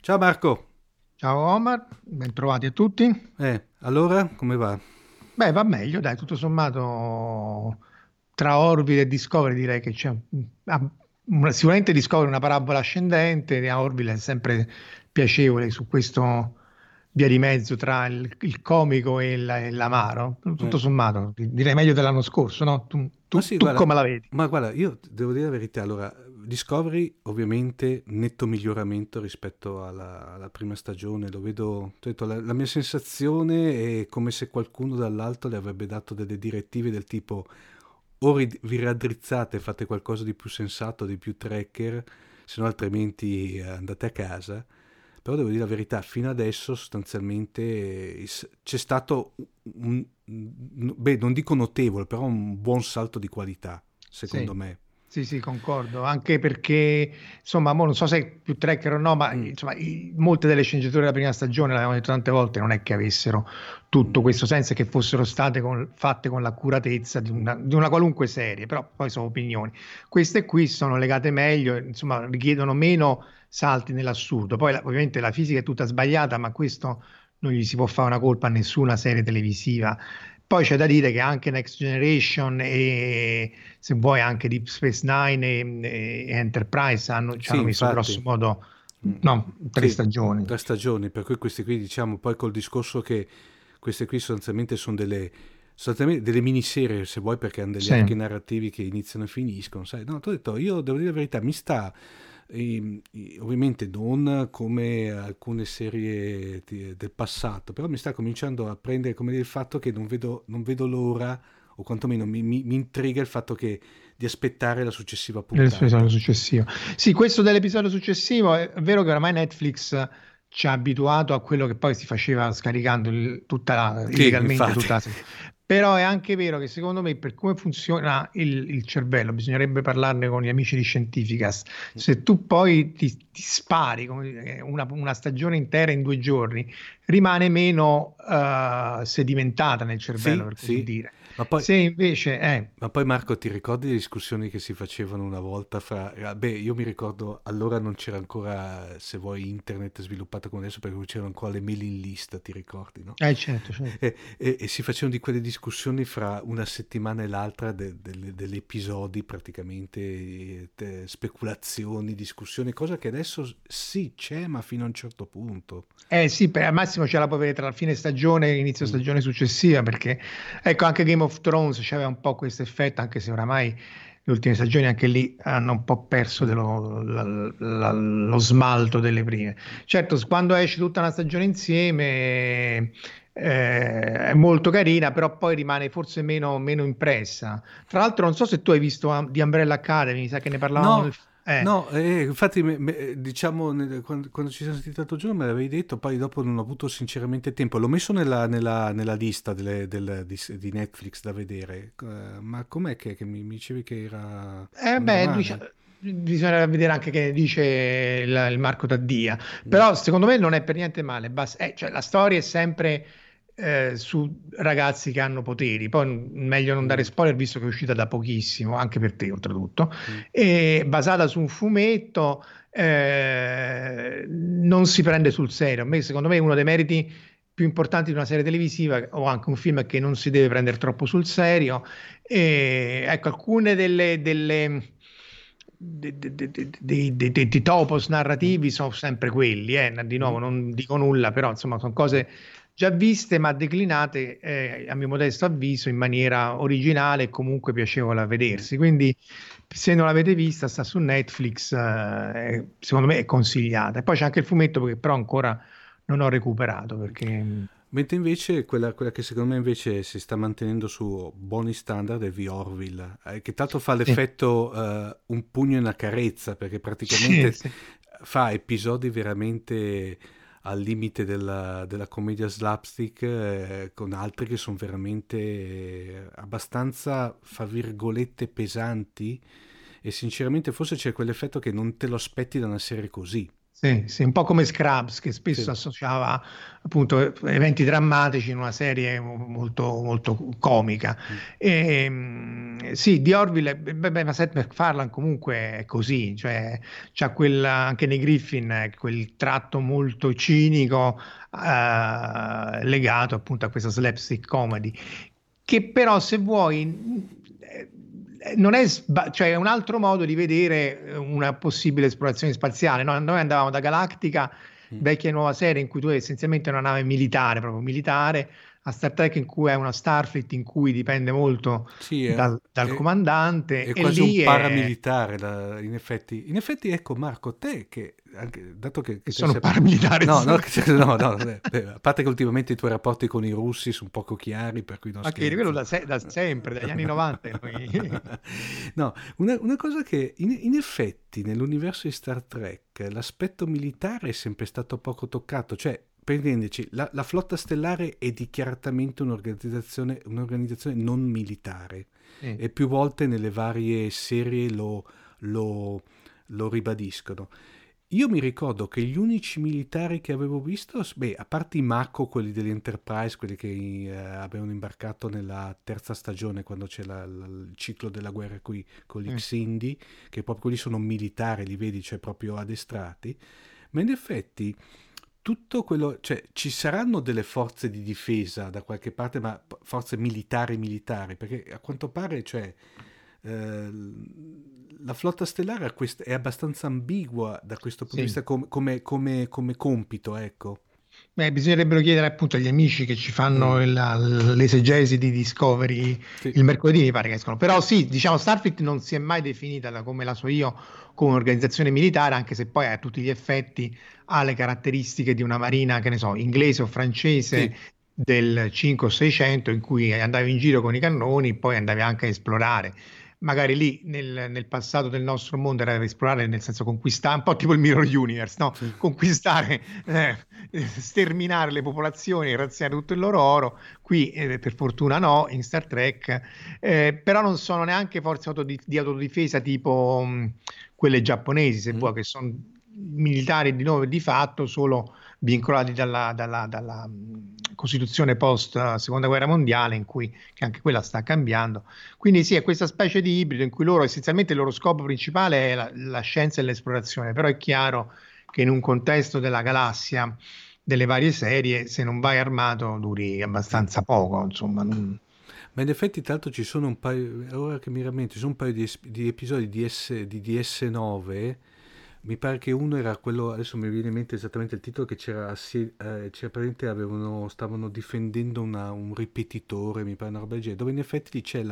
Ciao Marco. Ciao Omar, bentrovati a tutti. Allora come va? Beh, va meglio, dai, tutto sommato tra Orville e Discovery direi che ah, sicuramente Discovery è una parabola ascendente, e Orville è sempre piacevole su questo via di mezzo tra il comico e l'amaro. Eh. Tutto sommato, direi meglio dell'anno scorso, no? Tu, Ma tu- sì, tu guarda, come la vedi? ma guarda, io devo dire la verità. Allora, Discovery ovviamente netto miglioramento rispetto alla prima stagione. Lo vedo, ti ho detto, la mia sensazione è come se qualcuno dall'alto le avrebbe dato delle direttive del tipo o vi raddrizzate, fate qualcosa di più sensato, di più tracker, se no altrimenti andate a casa. Però devo dire la verità, fino adesso sostanzialmente c'è stato beh, non dico notevole, però un buon salto di qualità, secondo Sì, me. sì, sì, concordo, anche perché, insomma, mo non so se è più tracker o no, ma Mm, insomma, molte delle sceneggiature della prima stagione, l'abbiamo detto tante volte, non è che avessero tutto mm. questo senso e che fossero state fatte con l'accuratezza di una qualunque serie, però poi sono opinioni. Queste qui sono legate meglio, insomma, richiedono meno salti nell'assurdo. Poi ovviamente la fisica è tutta sbagliata, ma questo non gli si può fare una colpa a nessuna serie televisiva. Poi c'è da dire che anche Next Generation e se vuoi anche Deep Space Nine e Enterprise ci Sì, hanno messo infatti. grosso modo Mm. no, tre Sì, stagioni. 3 stagioni, per cui questi qui diciamo poi col discorso che queste qui sostanzialmente sono delle miniserie, se vuoi, perché hanno degli Sì, archi narrativi che iniziano e finiscono, sai. No, ti ho detto, io devo dire la verità, mi sta, ovviamente non come alcune serie del passato, però mi sta cominciando a prendere come dire, il fatto che non vedo l'ora, o quantomeno mi intriga il fatto di aspettare la successiva l'episodio puntata. successivo. Sì, questo dell'episodio successivo è vero che oramai Netflix ci ha abituato a quello che poi si faceva scaricando Sì, illegalmente infatti. tutta la serie. Però è anche vero che secondo me per come funziona il cervello, bisognerebbe parlarne con gli amici di Scientificast. Se tu poi ti spari come dire, una stagione intera in 2 giorni, rimane meno sedimentata nel cervello, Sì, per così sì, dire. ma poi, Se invece ma poi Marco, ti ricordi le discussioni che si facevano una volta fra... Beh, io mi ricordo, allora non c'era ancora, se vuoi, internet sviluppato come adesso, perché c'erano ancora le mailing list, ti ricordi, no? certo, certo. E si facevano di quelle discussioni fra una settimana e l'altra degli episodi, praticamente, speculazioni, discussioni, cosa che adesso sì c'è, ma fino a un certo punto. Eh sì, al massimo ce la puoi vedere tra la fine stagione e l'inizio Mm. stagione successiva, perché ecco, anche Game of Thrones c'aveva un po' questo effetto, anche se oramai le ultime stagioni anche lì hanno un po' perso Mm. lo smalto delle prime. Certo, quando esce tutta una stagione insieme è molto carina, però poi rimane forse meno impressa. Tra l'altro non so se tu hai visto The Umbrella Academy, mi sa che ne parlavamo No, no, infatti diciamo quando ci siamo sentiti l'altro giorno me l'avevi detto, poi dopo non ho avuto sinceramente tempo. L'ho messo nella lista di Netflix da vedere. Ma com'è che mi dicevi che non era Beh, male? bisogna vedere anche che ne dice il Marco Taddia, Mm, però secondo me non è per niente male. Cioè, la storia è sempre su ragazzi che hanno poteri, poi meglio non dare mm, spoiler visto che è uscita da pochissimo, anche per te oltretutto, mm. e basata su un fumetto, non si prende sul serio. Secondo me è uno dei meriti più importanti di una serie televisiva o anche un film è che non si deve prendere troppo sul serio e ecco, alcune dei topos Mm. narrativi sono sempre quelli, di nuovo Mm. non dico nulla, però insomma sono cose già viste ma declinate, a mio modesto avviso, in maniera originale e comunque piacevole a Mm. vedersi. Quindi se non l'avete vista, sta su Netflix, secondo me è consigliata. E poi c'è anche il fumetto che però ancora non ho recuperato perché... Mentre invece quella che secondo me invece si sta mantenendo su buoni standard è The Orville, che tanto fa Sì, l'effetto un pugno e una carezza, perché sì, praticamente sì. fa episodi veramente al limite della commedia slapstick, con altri che sono veramente abbastanza, fra virgolette, pesanti, e sinceramente forse c'è quell'effetto che non te lo aspetti da una serie così. Sì, sì, un po' come Scrubs, che Sì. spesso associava appunto eventi drammatici in una serie molto, molto comica. Mm. Sì, di Orville, ma Seth MacFarlane comunque è così, cioè c'ha anche nei Griffin quel tratto molto cinico legato appunto a questa slapstick comedy, che però se vuoi non è, cioè è un altro modo di vedere una possibile esplorazione spaziale, no? Noi andavamo da Galactica, Mm. vecchia e nuova serie, in cui tu hai essenzialmente una nave militare, proprio militare, a Star Trek in cui è una Starfleet in cui dipende molto Sì, dal comandante, è e quasi un lì è paramilitare, in effetti. In effetti, ecco Marco, te che, dato che che te sono sei... paramilitare. No, no, no, no, a parte che ultimamente i tuoi rapporti con i russi sono poco chiari, per cui non Ma che quello scherzo. da sempre, dagli anni 90. No, una cosa che in effetti nell'universo di Star Trek l'aspetto militare è sempre stato poco toccato, cioè per intenderci, la flotta stellare è dichiaratamente un'organizzazione non militare Sì. e più volte nelle varie serie lo- lo ribadiscono. Io mi ricordo che gli unici militari che avevo visto, beh, a parte i Mako, quelli dell'Enterprise, quelli che avevano imbarcato nella terza stagione, quando c'è il ciclo della guerra qui con gli Sì. Xindi, che proprio quelli sono militari, li vedi, cioè proprio addestrati, ma in effetti tutto quello, cioè ci saranno delle forze di difesa da qualche parte, ma forze militari, perché a quanto pare, cioè, eh, la flotta stellare è abbastanza ambigua da questo punto di Sì. vista come compito, ecco. Beh, bisognerebbero chiedere appunto agli amici che ci fanno Mm, l'esegesi di Discovery sì, il mercoledì, mi pare che escono. Però sì, diciamo, Starfleet non si è mai definita, come la so io, come un'organizzazione militare, anche se poi a tutti gli effetti ha le caratteristiche di una marina, che ne so, inglese o francese sì, del 5 o 600, in cui andavi in giro con i cannoni, poi andavi anche a esplorare. Magari lì nel passato del nostro mondo era esplorare, nel senso conquistare, un po' tipo il Mirror Universe, no? sì. Conquistare, sterminare le popolazioni, razziare tutto il loro oro. Qui per fortuna no, in Star Trek, però non sono neanche forze di autodifesa tipo quelle giapponesi, se Mm. vuoi, che sono militari di nome e di fatto, solo vincolati dalla Costituzione post Seconda Guerra Mondiale, in cui che anche quella sta cambiando. Quindi sì, è questa specie di ibrido in cui loro, essenzialmente il loro scopo principale è la scienza e l'esplorazione, però è chiaro che in un contesto della galassia, delle varie serie, se non vai armato duri abbastanza poco, insomma. Ma in effetti, tra l'altro, ci sono un paio, ora che mi rammento, ci sono un paio di episodi di DS9. Mi pare che uno era quello, adesso mi viene in mente esattamente il titolo, che c'era praticamente stavano difendendo un ripetitore, mi pare una roba del genere, dove in effetti lì c'è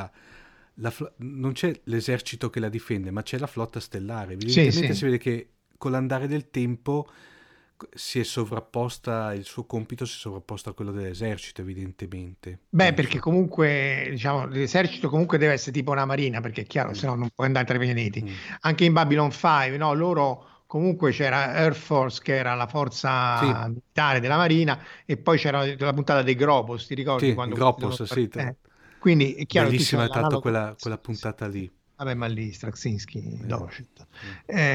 non c'è l'esercito che la difende, ma c'è la flotta stellare. Sì, Evidentemente sì. si vede che con l'andare del tempo si è sovrapposta, il suo compito si è sovrapposto a quello dell'esercito, evidentemente, Beh, perché penso. comunque, diciamo, l'esercito comunque deve essere tipo una marina, perché è chiaro, Mm, se no non puoi andare tra i pianeti. mm. Anche in Babylon 5, no, loro comunque c'era Air Force, che era la Sì, forza militare della marina, e poi c'era la puntata dei Gropos, ti ricordi sì, quando questi Gropos, sì, quindi è chiaro che tu c'hai bellissima la tanto nave. quella Sì, sì. puntata lì. Vabbè, ma lì Straczynski, Eh, Docet. eh.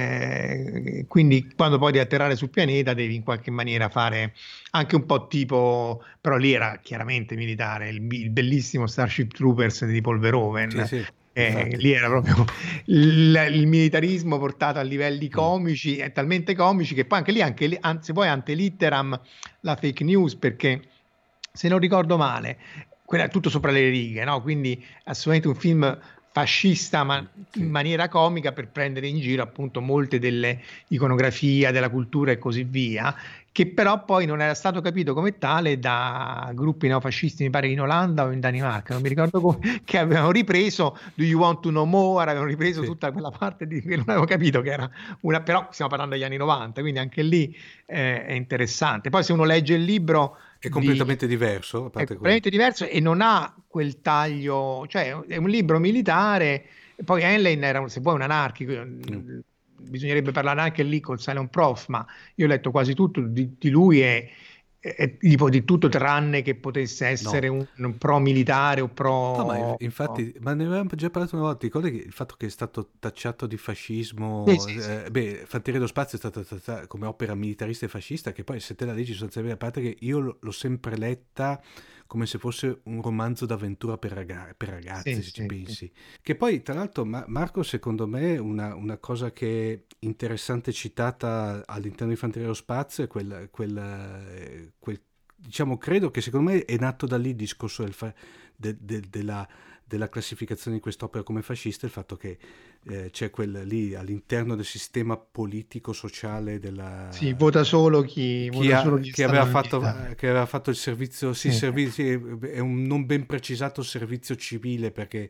Quindi quando poi devi atterrare sul pianeta devi in qualche maniera fare anche un po' tipo, però lì era chiaramente militare, il bellissimo Starship Troopers di Paul Sì, Verhoeven. sì, infatti. Lì era proprio il militarismo portato a livelli Mm, comici, è talmente comici che poi anche lì, anzi poi ante litteram la fake news, perché se non ricordo male, quella è tutto sopra le righe, no? Quindi assolutamente un film fascista, ma in sì. maniera comica, per prendere in giro appunto molte delle iconografie della cultura e così via, che però poi non era stato capito come tale da gruppi neofascisti, mi pare in Olanda o in Danimarca, non mi ricordo come, che avevano ripreso Do You Want to Know More, avevano ripreso Sì. tutta quella parte che non avevo capito che era una, però stiamo parlando degli anni 90, quindi anche lì è interessante. Poi se uno legge il libro È completamente diverso, a è parte quello. completamente diverso e non ha quel taglio, cioè è un libro militare, e poi Heinlein era, se vuoi, un anarchico, Mm. bisognerebbe parlare anche lì con Silent Prof, ma io ho letto quasi tutto di lui e tipo di tutto tranne che potesse No. essere un pro militare o No, ma pro... infatti, ma ne avevamo già parlato una volta, ricordi che il fatto che è stato tacciato di Sì, fascismo, sì, sì. beh, Fanteria dello Spazio è stata trattata come opera militarista e fascista, che poi se te la leggi sostanzialmente, a parte che io l'ho sempre letta come se fosse un romanzo d'avventura per ragazzi, Sì, se ci sì, pensi. sì. Che poi, tra l'altro, Marco, secondo me, una cosa che è interessante citata all'interno di Fanteria dello Spazio è diciamo, credo che secondo me è nato da lì il discorso della classificazione di quest'opera come fascista, il fatto che c'è lì all'interno del sistema politico sociale Sì, vota solo chi che sta aveva nel fatto, militare. che aveva fatto il servizio, sì, Sì. è un non ben precisato servizio civile, perché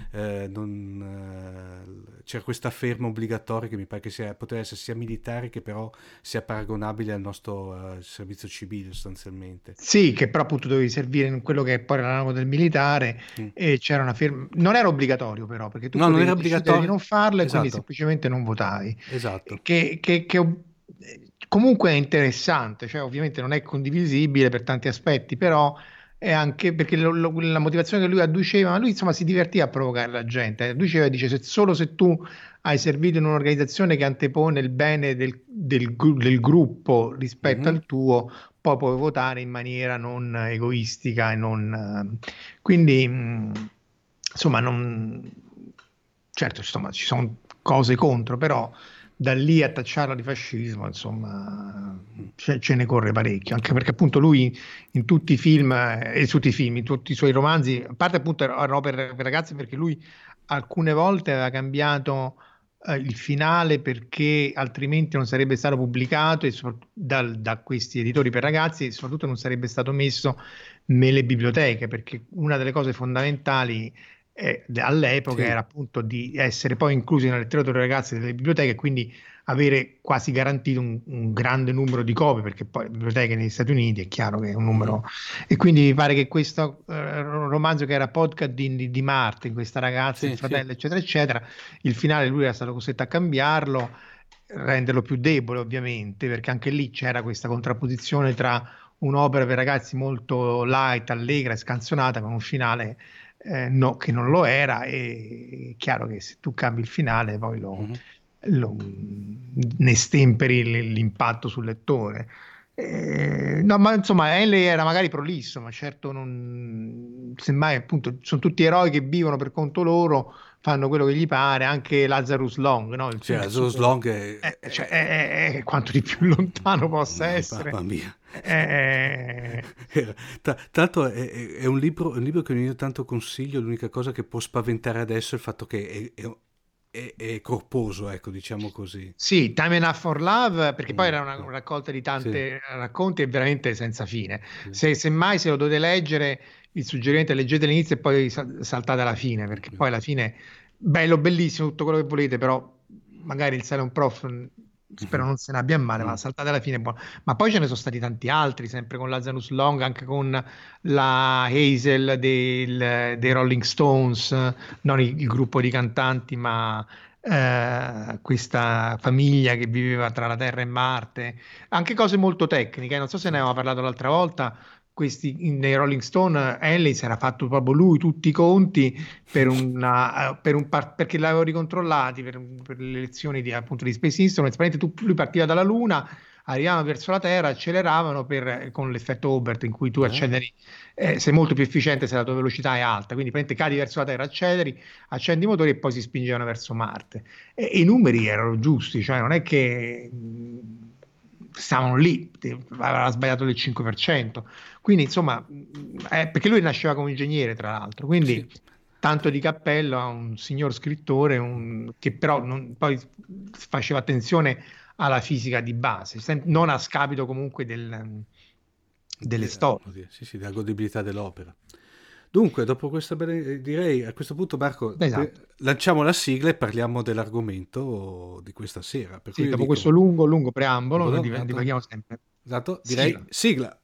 c'era questa ferma obbligatoria che mi pare che poteva essere sia militare che però sia paragonabile al nostro servizio civile sostanzialmente. Sì, che però appunto dovevi servire in quello che poi era l'analogo del militare Mm. e c'era una firma. Non era obbligatorio però, perché tu No, non potevi era decidere di obbligatorio. non farlo e quindi Esatto, semplicemente non votavi. esatto. Comunque è interessante, cioè ovviamente non è condivisibile per tanti aspetti, però è anche perché la motivazione che lui adduceva, ma lui insomma si divertiva a provocare la gente. Adduceva e dice solo se tu hai servito in un'organizzazione che antepone il bene del gruppo rispetto Mhm. al tuo, poi puoi votare in maniera non egoistica e non... quindi, insomma, non... certo, insomma, ci sono cose contro, però da lì a tacciarla di fascismo, insomma, ce ne corre parecchio, anche perché appunto lui in tutti i film, in tutti i suoi romanzi, a parte appunto erano per ragazzi, perché lui alcune volte aveva cambiato il finale perché altrimenti non sarebbe stato pubblicato da questi editori per ragazzi, e soprattutto non sarebbe stato messo nelle biblioteche, perché una delle cose fondamentali all'epoca Sì, era appunto di essere poi inclusi nella letteratura dei ragazzi delle biblioteche e quindi avere quasi garantito un grande numero di copie, perché poi le biblioteche negli Stati Uniti è chiaro che è un mhm, numero. E quindi mi pare che questo romanzo che era podcast di Martin, questa ragazza, il sì, sì. fratello, eccetera, eccetera, il finale lui era stato costretto a cambiarlo, renderlo più debole ovviamente, perché anche lì c'era questa contrapposizione tra un'opera per ragazzi molto light, allegra e scanzonata con un finale no, che non lo era. E è chiaro che se tu cambi il finale poi Mhm. ne stemperi l'impatto sul lettore. No, ma insomma, Henley era magari prolisso, ma certo non, semmai appunto sono tutti eroi che vivono per conto loro, fanno quello che gli pare, anche Lazarus Long, no? Il Sì, film è Azul super, Long cioè, è quanto di più lontano possa mamma essere. mia. Eh, Tra l'altro è un libro che ogni tanto consiglio. L'unica cosa che può spaventare adesso è il fatto che è corposo, ecco, diciamo così. Sì, Time Enough for Love, perché poi Mm, era una raccolta di sì, tanti racconti e veramente senza fine. sì, Semmai se lo dovete leggere, il suggerimento è leggete l'inizio e poi saltate alla fine, perché sì. poi alla fine, bello, bellissimo, tutto quello che volete, però magari il Silent Prof, spero Mhm, non se ne abbia a male, ma mm. saltate alla fine è buono. Ma poi ce ne sono stati tanti altri, sempre con Lazarus Long, anche con la Hazel dei Rolling Stones, non il gruppo di cantanti, ma questa famiglia che viveva tra la Terra e Marte, anche cose molto tecniche. Non so se ne Sì. avevamo parlato l'altra volta. Nei Rolling Stone, Henley si era fatto proprio lui tutti i conti perché l'avevo ricontrollati per le lezioni appunto di Space Instruments. Praticamente lui partiva dalla Luna, arrivavano verso la Terra, acceleravano con l'effetto Hobart in cui tu Ah, acceleri, sei molto più efficiente se la tua velocità è alta, quindi praticamente cadi verso la Terra, acceleri, accendi i motori e poi si spingevano verso Marte. E i numeri erano giusti, cioè non è che stavano lì, aveva sbagliato del 5%. Quindi insomma, perché lui nasceva come ingegnere tra l'altro, sì. quindi tanto di cappello a un signor scrittore che però poi faceva attenzione alla fisica di base, non a scapito comunque delle storie. Oddio, sì, sì, della godibilità dell'opera. Dunque, dopo questa bella, direi a questo punto, Marco, Esatto. lanciamo la sigla e parliamo dell'argomento di questa sera. Per cui Sì, io dopo dico, questo lungo, lungo preambolo, noi esatto, divaghiamo sempre. esatto, direi Sigla. sigla.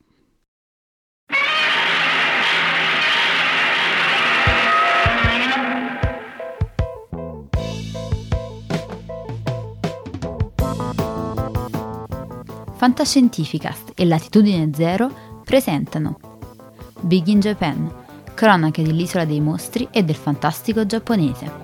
Fantascientificast e Latitudine Zero presentano Big in Japan, cronache dell'isola dei mostri e del fantastico giapponese.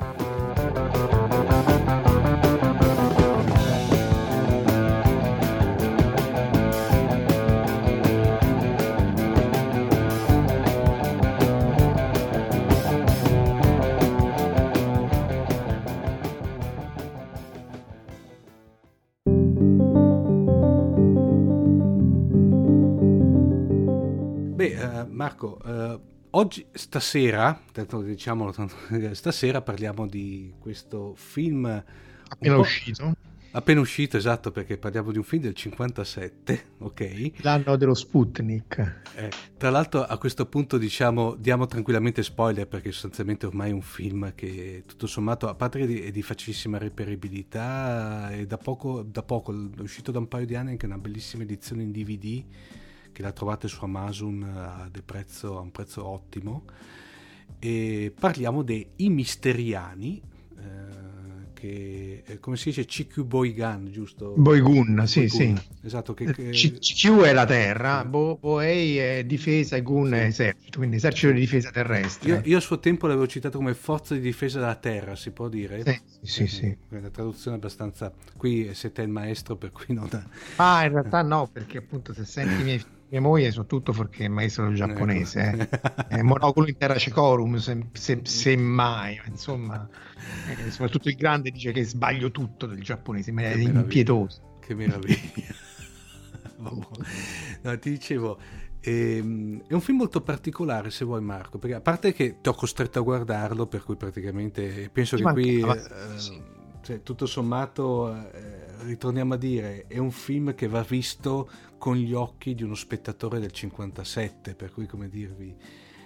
Marco, oggi, stasera, diciamolo, stasera parliamo di questo film appena uscito, esatto, perché parliamo di un film del 57, ok? L'anno dello Sputnik. Tra l'altro a questo punto diamo tranquillamente spoiler, perché sostanzialmente ormai è un film che tutto sommato, a parte è di facilissima reperibilità, e da poco è uscito da un paio di anni anche una bellissima edizione in DVD che la trovate su Amazon a un prezzo ottimo, e parliamo dei I Misteriani, che come si dice, CQ Boygan, giusto? Boygun, sì, sì. Esatto. CQ è la terra, Boei è difesa e Gun è esercito, quindi esercito di difesa terrestre. Io a suo tempo l'avevo citato come forza di difesa della terra, si può dire? Sì. La traduzione è abbastanza... Qui siete il maestro, per cui non... In realtà no, perché appunto se senti mia moglie sono tutto perché è maestro giapponese, monocolo in terra cecorum, se mai, insomma, soprattutto il grande dice che sbaglio tutto del giapponese, ma è impietoso. Che meraviglia. No, ti dicevo, è un film molto particolare, se vuoi, Marco, perché a parte che ti ho costretto a guardarlo, per cui praticamente penso che qui cioè, tutto sommato ritorniamo a dire, è un film che va visto con gli occhi di uno spettatore del 57, per cui, come dirvi,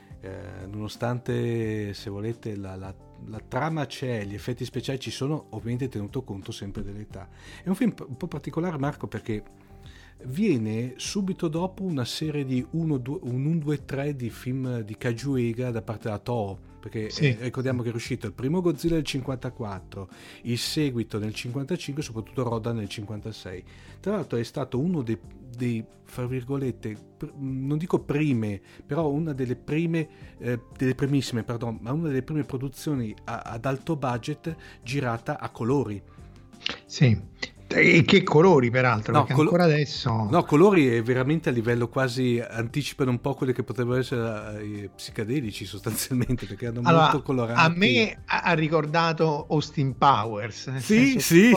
nonostante, se volete, la trama c'è, gli effetti speciali ci sono, ovviamente tenuto conto sempre dell'età. È un film un po' particolare, Marco, perché viene subito dopo una serie di 1, 2, 3 di film di Kajuega da parte della Toho, perché ricordiamo che è uscito il primo Godzilla nel 54, il seguito nel 55 e soprattutto Rodan nel 56. Tra l'altro è stato uno dei fra virgolette, non dico prime, però una delle primissime, ma una delle prime produzioni ad alto budget girata a colori. Sì. E che colori, peraltro, perché ancora adesso... No, colori è veramente a livello quasi, anticipano un po' quelli che potrebbero essere i psicadelici, sostanzialmente, perché erano molto colorati. A me ha ricordato Austin Powers. Sì,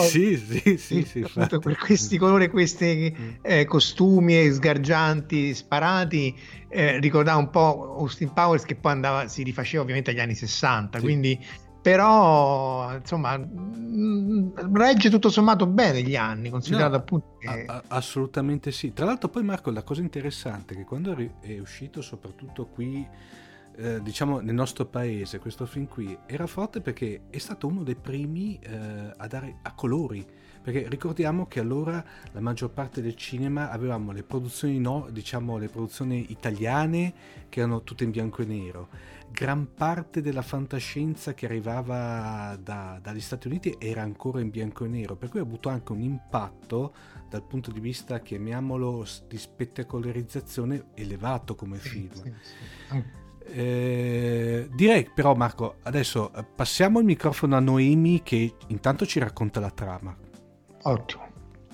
appunto, per questi colori, questi costumi sgargianti, sparati, ricordava un po' Austin Powers, che poi si rifaceva ovviamente agli anni 60, quindi... Però insomma regge tutto sommato bene gli anni, considerato appunto che... assolutamente sì. Tra l'altro poi, Marco, la cosa interessante è che quando è uscito, soprattutto qui diciamo nel nostro paese, questo film qui era forte perché è stato uno dei primi a dare a colori, perché ricordiamo che allora la maggior parte del cinema avevamo le produzioni le produzioni italiane che erano tutte in bianco e nero. Gran parte della fantascienza che arrivava dagli Stati Uniti era ancora in bianco e nero, per cui ha avuto anche un impatto dal punto di vista, chiamiamolo, di spettacolarizzazione elevato come film. Direi però, Marco, adesso passiamo il microfono a Noemi, che intanto ci racconta la trama. Ottimo.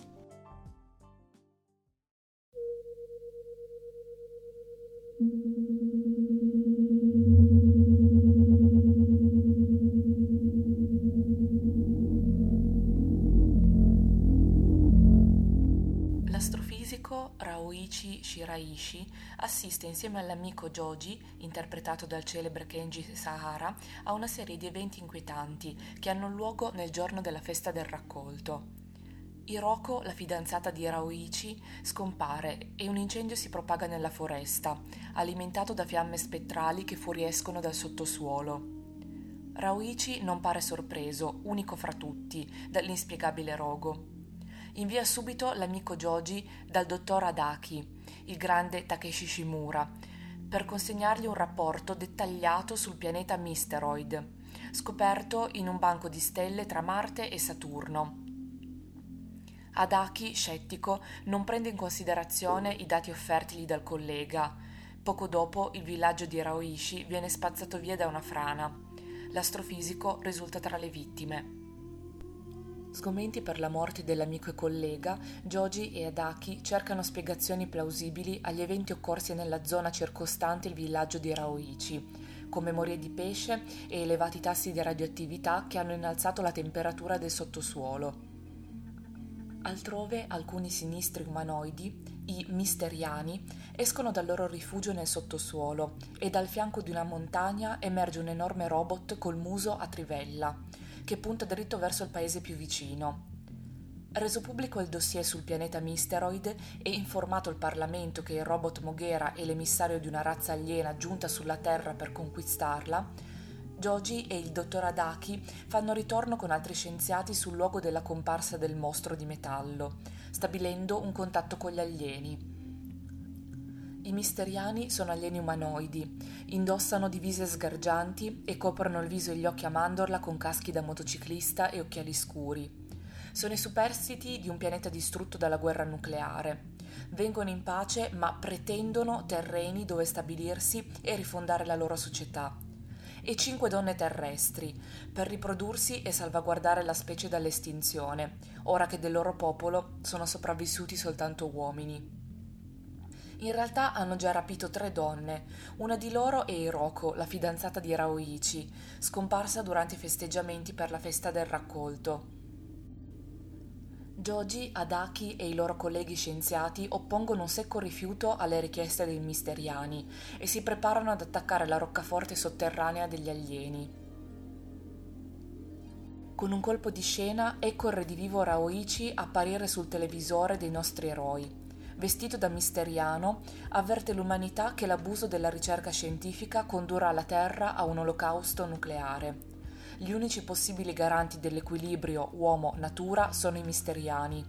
L'astrofisico Ryoichi Shiraishi assiste insieme all'amico Joji, interpretato dal celebre Kenji Sahara, a una serie di eventi inquietanti che hanno luogo nel giorno della festa del raccolto. Hiroko, la fidanzata di Ryoichi, scompare e un incendio si propaga nella foresta, alimentato da fiamme spettrali che fuoriescono dal sottosuolo. Ryoichi non pare sorpreso, unico fra tutti, dall'inspiegabile rogo. Invia subito l'amico Joji dal dottor Adaki, il grande Takeshi Shimura, per consegnargli un rapporto dettagliato sul pianeta Misteroid, scoperto in un banco di stelle tra Marte e Saturno. Adaki, scettico, non prende in considerazione i dati offertigli dal collega. Poco dopo il villaggio di Ryoichi viene spazzato via da una frana. L'astrofisico risulta tra le vittime. Sgomenti per la morte dell'amico e collega, Joji e Adaki cercano spiegazioni plausibili agli eventi occorsi nella zona circostante il villaggio di Ryoichi, come morie di pesce e elevati tassi di radioattività che hanno innalzato la temperatura del sottosuolo. Altrove alcuni sinistri umanoidi, I Misteriani escono dal loro rifugio nel sottosuolo e dal fianco di una montagna emerge un enorme robot col muso a trivella che punta dritto verso il paese più vicino. Reso pubblico il dossier sul pianeta Misteroid e informato il Parlamento che il robot Moghera è l'emissario di una razza aliena giunta sulla Terra per conquistarla, Joji e il dottor Hadaki fanno ritorno con altri scienziati sul luogo della comparsa del mostro di metallo, stabilendo un contatto con gli alieni. I Misteriani sono alieni umanoidi, indossano divise sgargianti e coprono il viso e gli occhi a mandorla con caschi da motociclista e occhiali scuri. Sono i superstiti di un pianeta distrutto dalla guerra nucleare. Vengono in pace ma pretendono terreni dove stabilirsi e rifondare la loro società. E 5 donne terrestri, per riprodursi e salvaguardare la specie dall'estinzione, ora che del loro popolo sono sopravvissuti soltanto uomini. In realtà hanno già rapito 3 donne, una di loro è Hiroko, la fidanzata di Raoichi, scomparsa durante i festeggiamenti per la festa del raccolto. Joji, Hadaki e i loro colleghi scienziati oppongono un secco rifiuto alle richieste dei Misteriani e si preparano ad attaccare la roccaforte sotterranea degli alieni. Con un colpo di scena ecco il redivivo Raoichi apparire sul televisore dei nostri eroi. Vestito da Misteriano, avverte l'umanità che l'abuso della ricerca scientifica condurrà la Terra a un olocausto nucleare. Gli unici possibili garanti dell'equilibrio uomo-natura sono i Misteriani.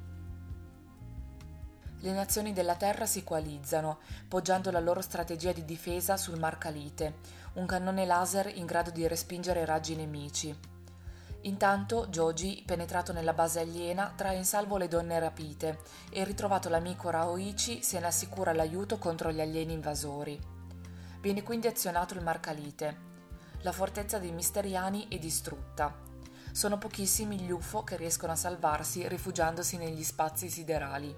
Le nazioni della Terra si coalizzano, poggiando la loro strategia di difesa sul Mar Calite, un cannone laser in grado di respingere i raggi nemici. Intanto Joji, penetrato nella base aliena, trae in salvo le donne rapite e, ritrovato l'amico Raoichi, se ne assicura l'aiuto contro gli alieni invasori. Viene quindi azionato il Mar Calite. La fortezza dei Misteriani è distrutta. Sono pochissimi gli UFO che riescono a salvarsi rifugiandosi negli spazi siderali.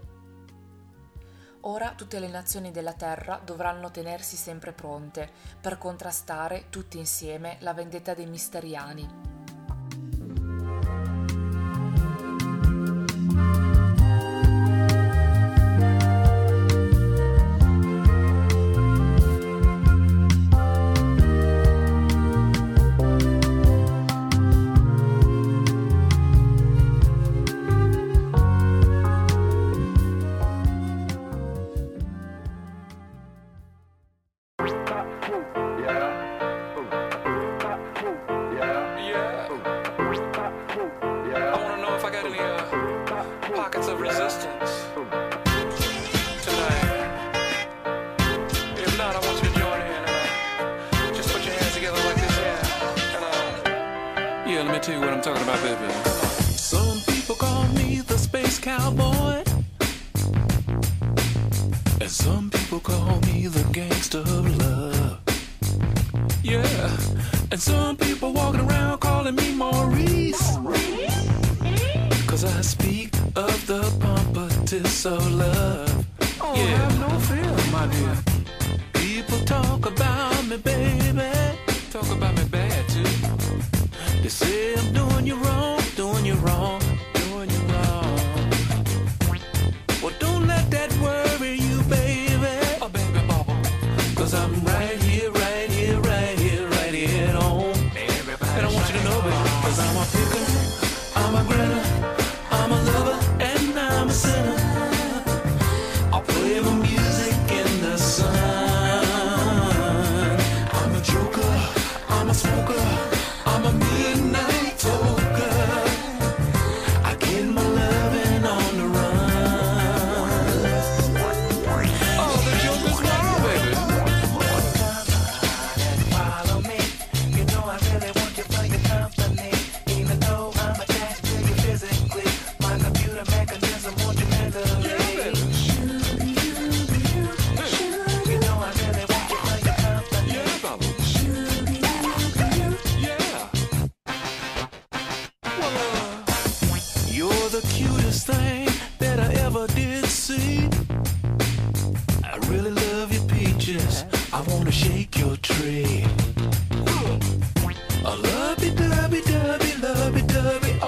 Ora tutte le nazioni della Terra dovranno tenersi sempre pronte per contrastare tutti insieme la vendetta dei Misteriani.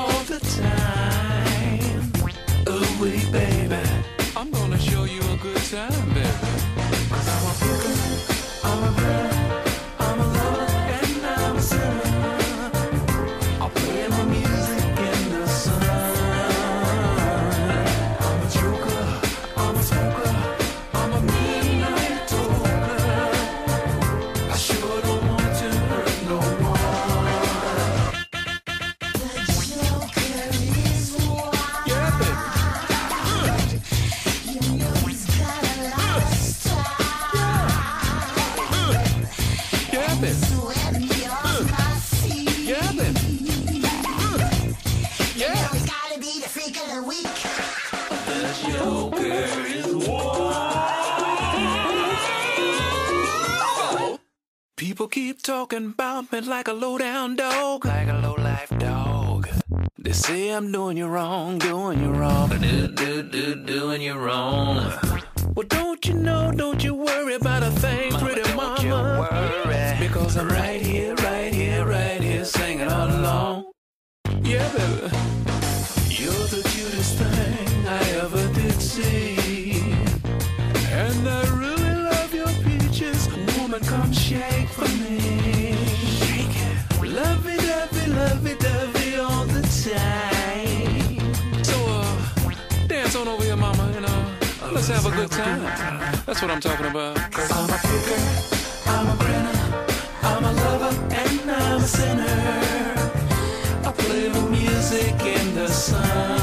Good People keep talking about me like a low-down dog, like a low-life dog. They say I'm doing you wrong, doing you wrong, doing you wrong. Well, don't you know, don't you worry about a thing, mama, pretty mama. Don't you worry, because I'm right here, right here, right here, singing all along. Yeah, baby, you're the cutest thing I ever did see, and I really love your peaches. Woman, come shake for me. Shake it. Lovey-dovey all the time. So, dance on over here, mama, and let's have a good time. That's what I'm talking about. 'Cause I'm a picker, I'm a grinner, I'm a lover, and I'm a sinner. I play the music in the sun.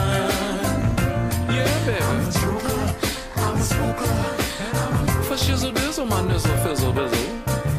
Yeah, baby. I'm a smoker, and I'm a for shizzle dizzle, my nizzle fizzle bizzle.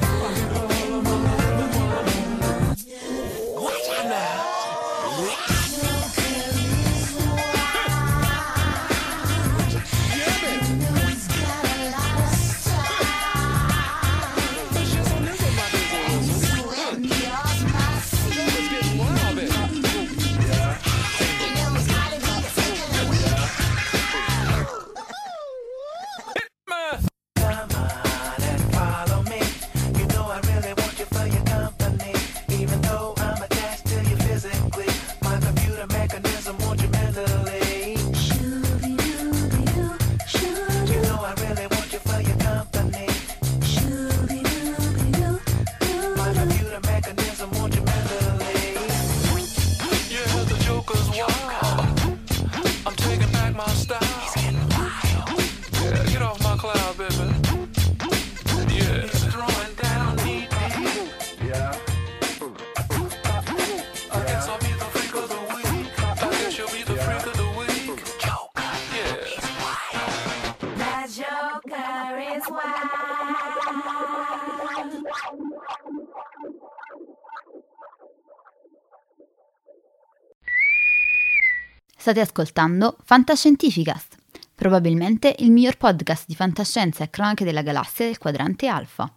State ascoltando Fantascientificast, probabilmente il miglior podcast di fantascienza e cronache della galassia del quadrante alfa.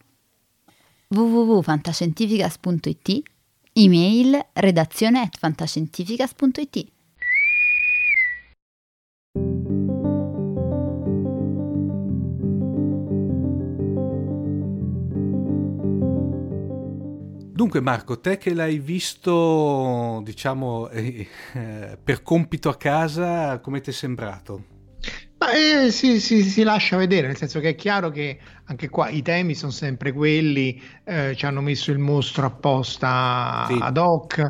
www.fantascientificast.it, email redazione@fantascientificast.it. Dunque Marco, te che l'hai visto, diciamo, per compito a casa, come ti è sembrato? Si lascia vedere, nel senso che è chiaro che anche qua i temi sono sempre quelli, ci hanno messo il mostro apposta sì. ad hoc,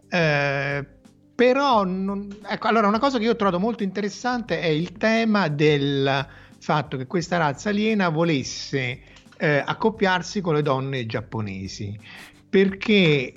però ecco, allora una cosa che io ho trovato molto interessante è il tema del fatto che questa razza aliena volesse accoppiarsi con le donne giapponesi, perché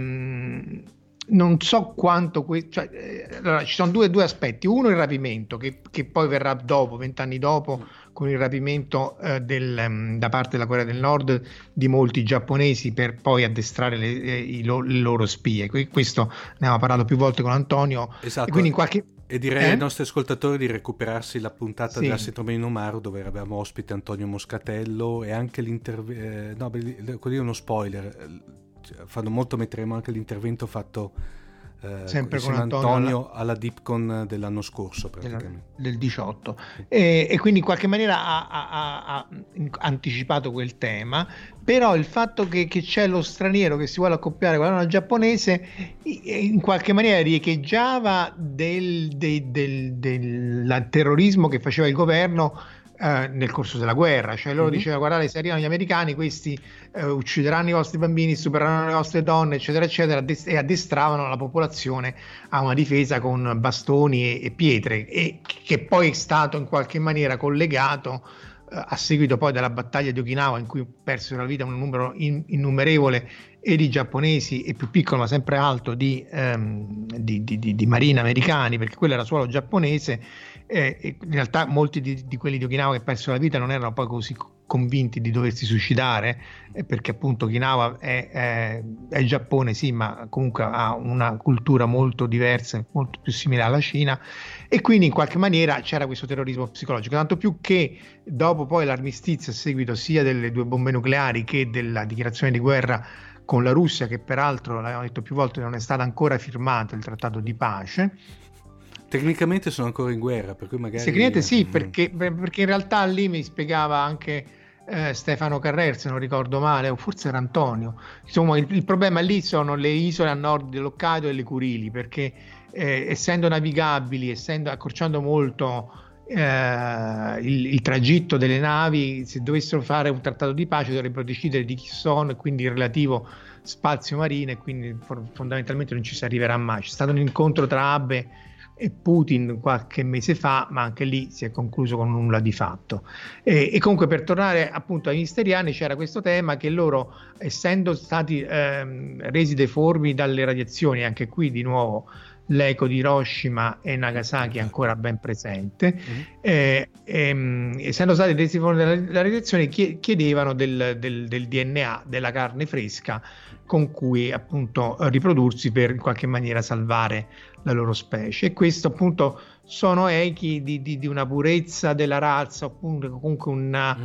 non so quanto allora, ci sono due aspetti. Uno, il rapimento che poi verrà dopo, 20 anni dopo, con il rapimento da parte della Corea del Nord di molti giapponesi per poi addestrare le loro spie. Questo ne abbiamo parlato più volte con Antonio. Esatto. E quindi in qualche... E direi ai nostri ascoltatori di recuperarsi la puntata Sì. della Sindrome di Nomaru, dove abbiamo ospite Antonio Moscatello e anche quello è uno spoiler, metteremo anche l'intervento fatto sempre con Antonio alla Dipcon dell'anno scorso, praticamente del 18, e quindi in qualche maniera ha anticipato quel tema. Però il fatto che c'è lo straniero che si vuole accoppiare con la donna giapponese in qualche maniera riecheggiava del terrorismo che faceva il governo nel corso della guerra, cioè loro dicevano: guardate, se arrivano gli americani, questi uccideranno i vostri bambini, stupreranno le vostre donne, eccetera eccetera, e addestravano la popolazione a una difesa con bastoni e pietre, e che poi è stato in qualche maniera collegato a seguito poi della battaglia di Okinawa, in cui persero la vita un numero innumerevole e di giapponesi, e più piccolo ma sempre alto di marine americani, perché quello era suolo giapponese. In realtà molti di quelli di Okinawa che persero la vita non erano poi convinti di doversi suicidare, perché appunto Okinawa è il Giappone, sì, ma comunque ha una cultura molto diversa, molto più simile alla Cina, e quindi in qualche maniera c'era questo terrorismo psicologico, tanto più che dopo poi l'armistizio a seguito sia delle 2 bombe nucleari che della dichiarazione di guerra con la Russia, che peraltro, l'abbiamo detto più volte, non è stato ancora firmato il trattato di pace. Tecnicamente sono ancora in guerra, per cui magari... Tecnicamente sì, perché in realtà lì mi spiegava anche Stefano Carrer, se non ricordo male, o forse era Antonio. Insomma, il problema lì sono le isole a nord dell'Hokkaido e le Kurili, perché essendo navigabili, accorciando molto il tragitto delle navi, se dovessero fare un trattato di pace dovrebbero decidere di chi sono e quindi il relativo spazio marino, e quindi fondamentalmente non ci si arriverà mai. C'è stato un incontro tra Abe e Putin qualche mese fa, ma anche lì si è concluso con nulla di fatto. E comunque, per tornare appunto ai ministeriani, c'era questo tema che loro, essendo stati resi deformi dalle radiazioni, anche qui di nuovo l'eco di Hiroshima e Nagasaki è ancora ben presente, essendo stati resi deformi dalle radiazioni, chiedevano del DNA, della carne fresca con cui appunto riprodursi per in qualche maniera salvare la loro specie, e questo appunto sono echi di una purezza della razza, appunto comunque una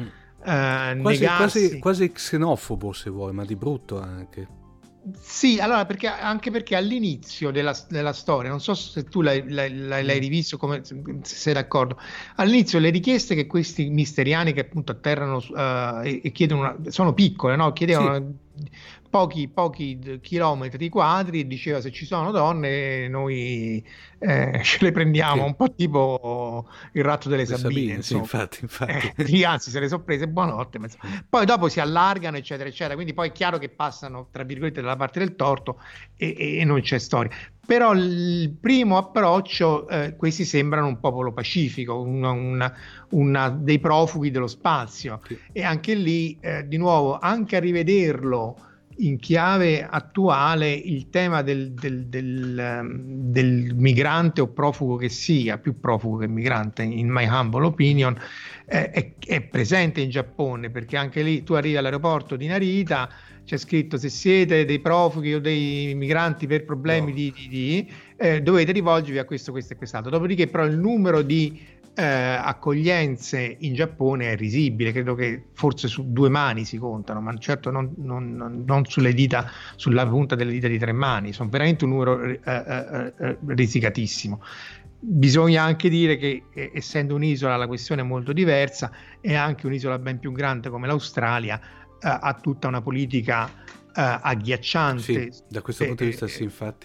quasi xenofobo, se vuoi, ma di brutto anche. Sì, allora anche perché all'inizio della storia, non so se tu l'hai rivisto, come se sei d'accordo, all'inizio le richieste che questi misteriani, che appunto atterrano e chiedono sono piccole, no? Chiedevano pochi chilometri quadri, e diceva: se ci sono donne noi ce le prendiamo, un po' tipo il ratto delle Sabine, sì, infatti. Anzi, se le sono prese, buonanotte. Poi dopo si allargano, eccetera eccetera, quindi poi è chiaro che passano tra virgolette dalla parte del torto e non c'è storia. Però il primo approccio, questi sembrano un popolo pacifico, una dei profughi dello spazio, sì. E anche lì di nuovo, anche a rivederlo in chiave attuale, il tema del migrante o profugo che sia, più profugo che migrante in my humble opinion, è presente in Giappone, perché anche lì tu arrivi all'aeroporto di Narita, c'è scritto: se siete dei profughi o dei migranti per problemi dovete rivolgervi a questo e quest'altro. Dopodiché però il numero di accoglienze in Giappone è risibile, credo che forse su 2 mani si contano, ma certo non sulle dita, sulla punta delle dita di 3 mani, sono veramente un numero risicatissimo. Bisogna anche dire che essendo un'isola la questione è molto diversa, e anche un'isola ben più grande come l'Australia ha tutta una politica agghiacciante. Sì, da questo punto di vista sì, infatti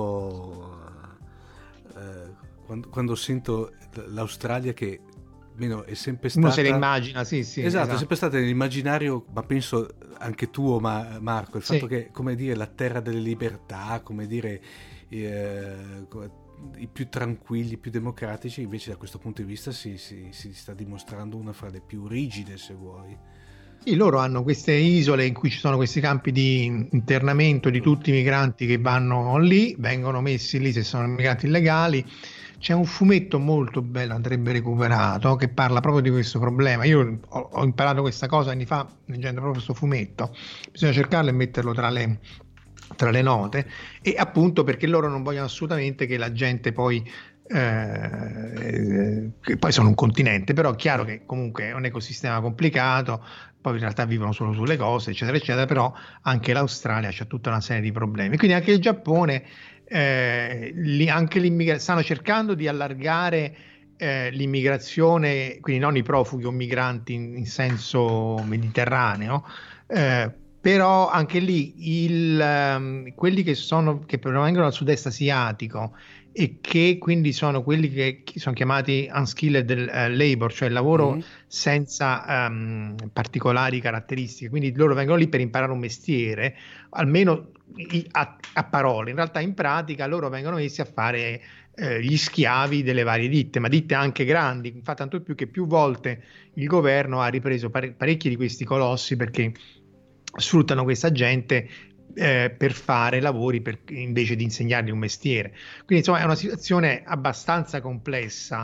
quando sento l'Australia, che almeno è sempre stata, uno se la immagina, sì, esatto, è sempre stata nell'immaginario, ma penso anche tuo, Marco, il fatto che, come dire, la terra delle libertà, come dire, i più tranquilli, i più democratici, invece da questo punto di vista si sta dimostrando una fra le più rigide, se vuoi. Sì, loro hanno queste isole in cui ci sono questi campi di internamento di tutti i migranti che vanno lì, vengono messi lì se sono migranti illegali. C'è un fumetto molto bello, andrebbe recuperato, che parla proprio di questo problema. Io ho imparato questa cosa anni fa leggendo proprio questo fumetto. Bisogna cercarlo e metterlo tra le note, e appunto perché loro non vogliono assolutamente che la gente poi che poi sono un continente, però è chiaro che comunque è un ecosistema complicato, poi in realtà vivono solo sulle cose, eccetera eccetera, però anche l'Australia c'ha tutta una serie di problemi, quindi anche il Giappone, anche stanno cercando di allargare l'immigrazione, quindi non i profughi o migranti in senso mediterraneo, però anche lì quelli che provengono dal sud-est asiatico e che quindi sono quelli che sono chiamati unskilled labor, cioè lavoro senza particolari caratteristiche, quindi loro vengono lì per imparare un mestiere, almeno a parole. In realtà in pratica loro vengono messi a fare gli schiavi delle varie ditte, ma ditte anche grandi, infatti tanto più che più volte il governo ha ripreso parecchi di questi colossi perché sfruttano questa gente per fare lavori invece di insegnargli un mestiere. Quindi insomma è una situazione abbastanza complessa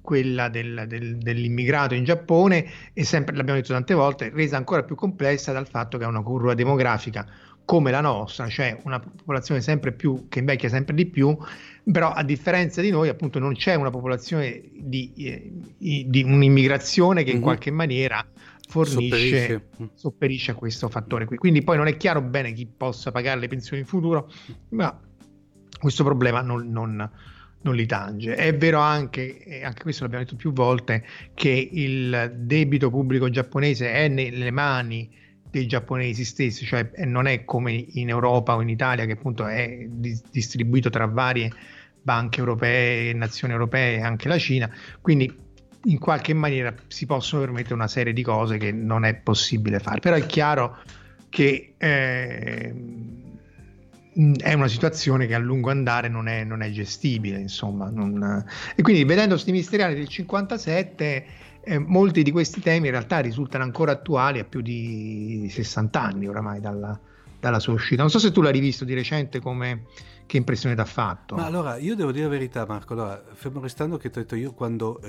quella dell'immigrato in Giappone è sempre, l'abbiamo detto tante volte, resa ancora più complessa dal fatto che ha una curva demografica come la nostra, cioè una popolazione sempre più che invecchia sempre di più, però a differenza di noi appunto non c'è una popolazione di un'immigrazione che in qualche maniera sopperisce a questo fattore qui. Quindi poi non è chiaro bene chi possa pagare le pensioni in futuro, ma questo problema non li tange. È vero anche questo l'abbiamo detto più volte, che il debito pubblico giapponese è nelle mani dei giapponesi stessi, cioè non è come in Europa o in Italia, che appunto è distribuito tra varie banche europee, nazioni europee e anche la Cina, quindi in qualche maniera si possono permettere una serie di cose che non è possibile fare. Però è chiaro che è una situazione che a lungo andare non è gestibile, insomma. E quindi vedendo questi Misteriani del 57, molti di questi temi in realtà risultano ancora attuali a più di 60 anni oramai dalla sua uscita. Non so se tu l'hai rivisto di recente, che impressione ti ha fatto? Ma allora, io devo dire la verità, Marco. Allora, fermo restando che ti ho detto io, quando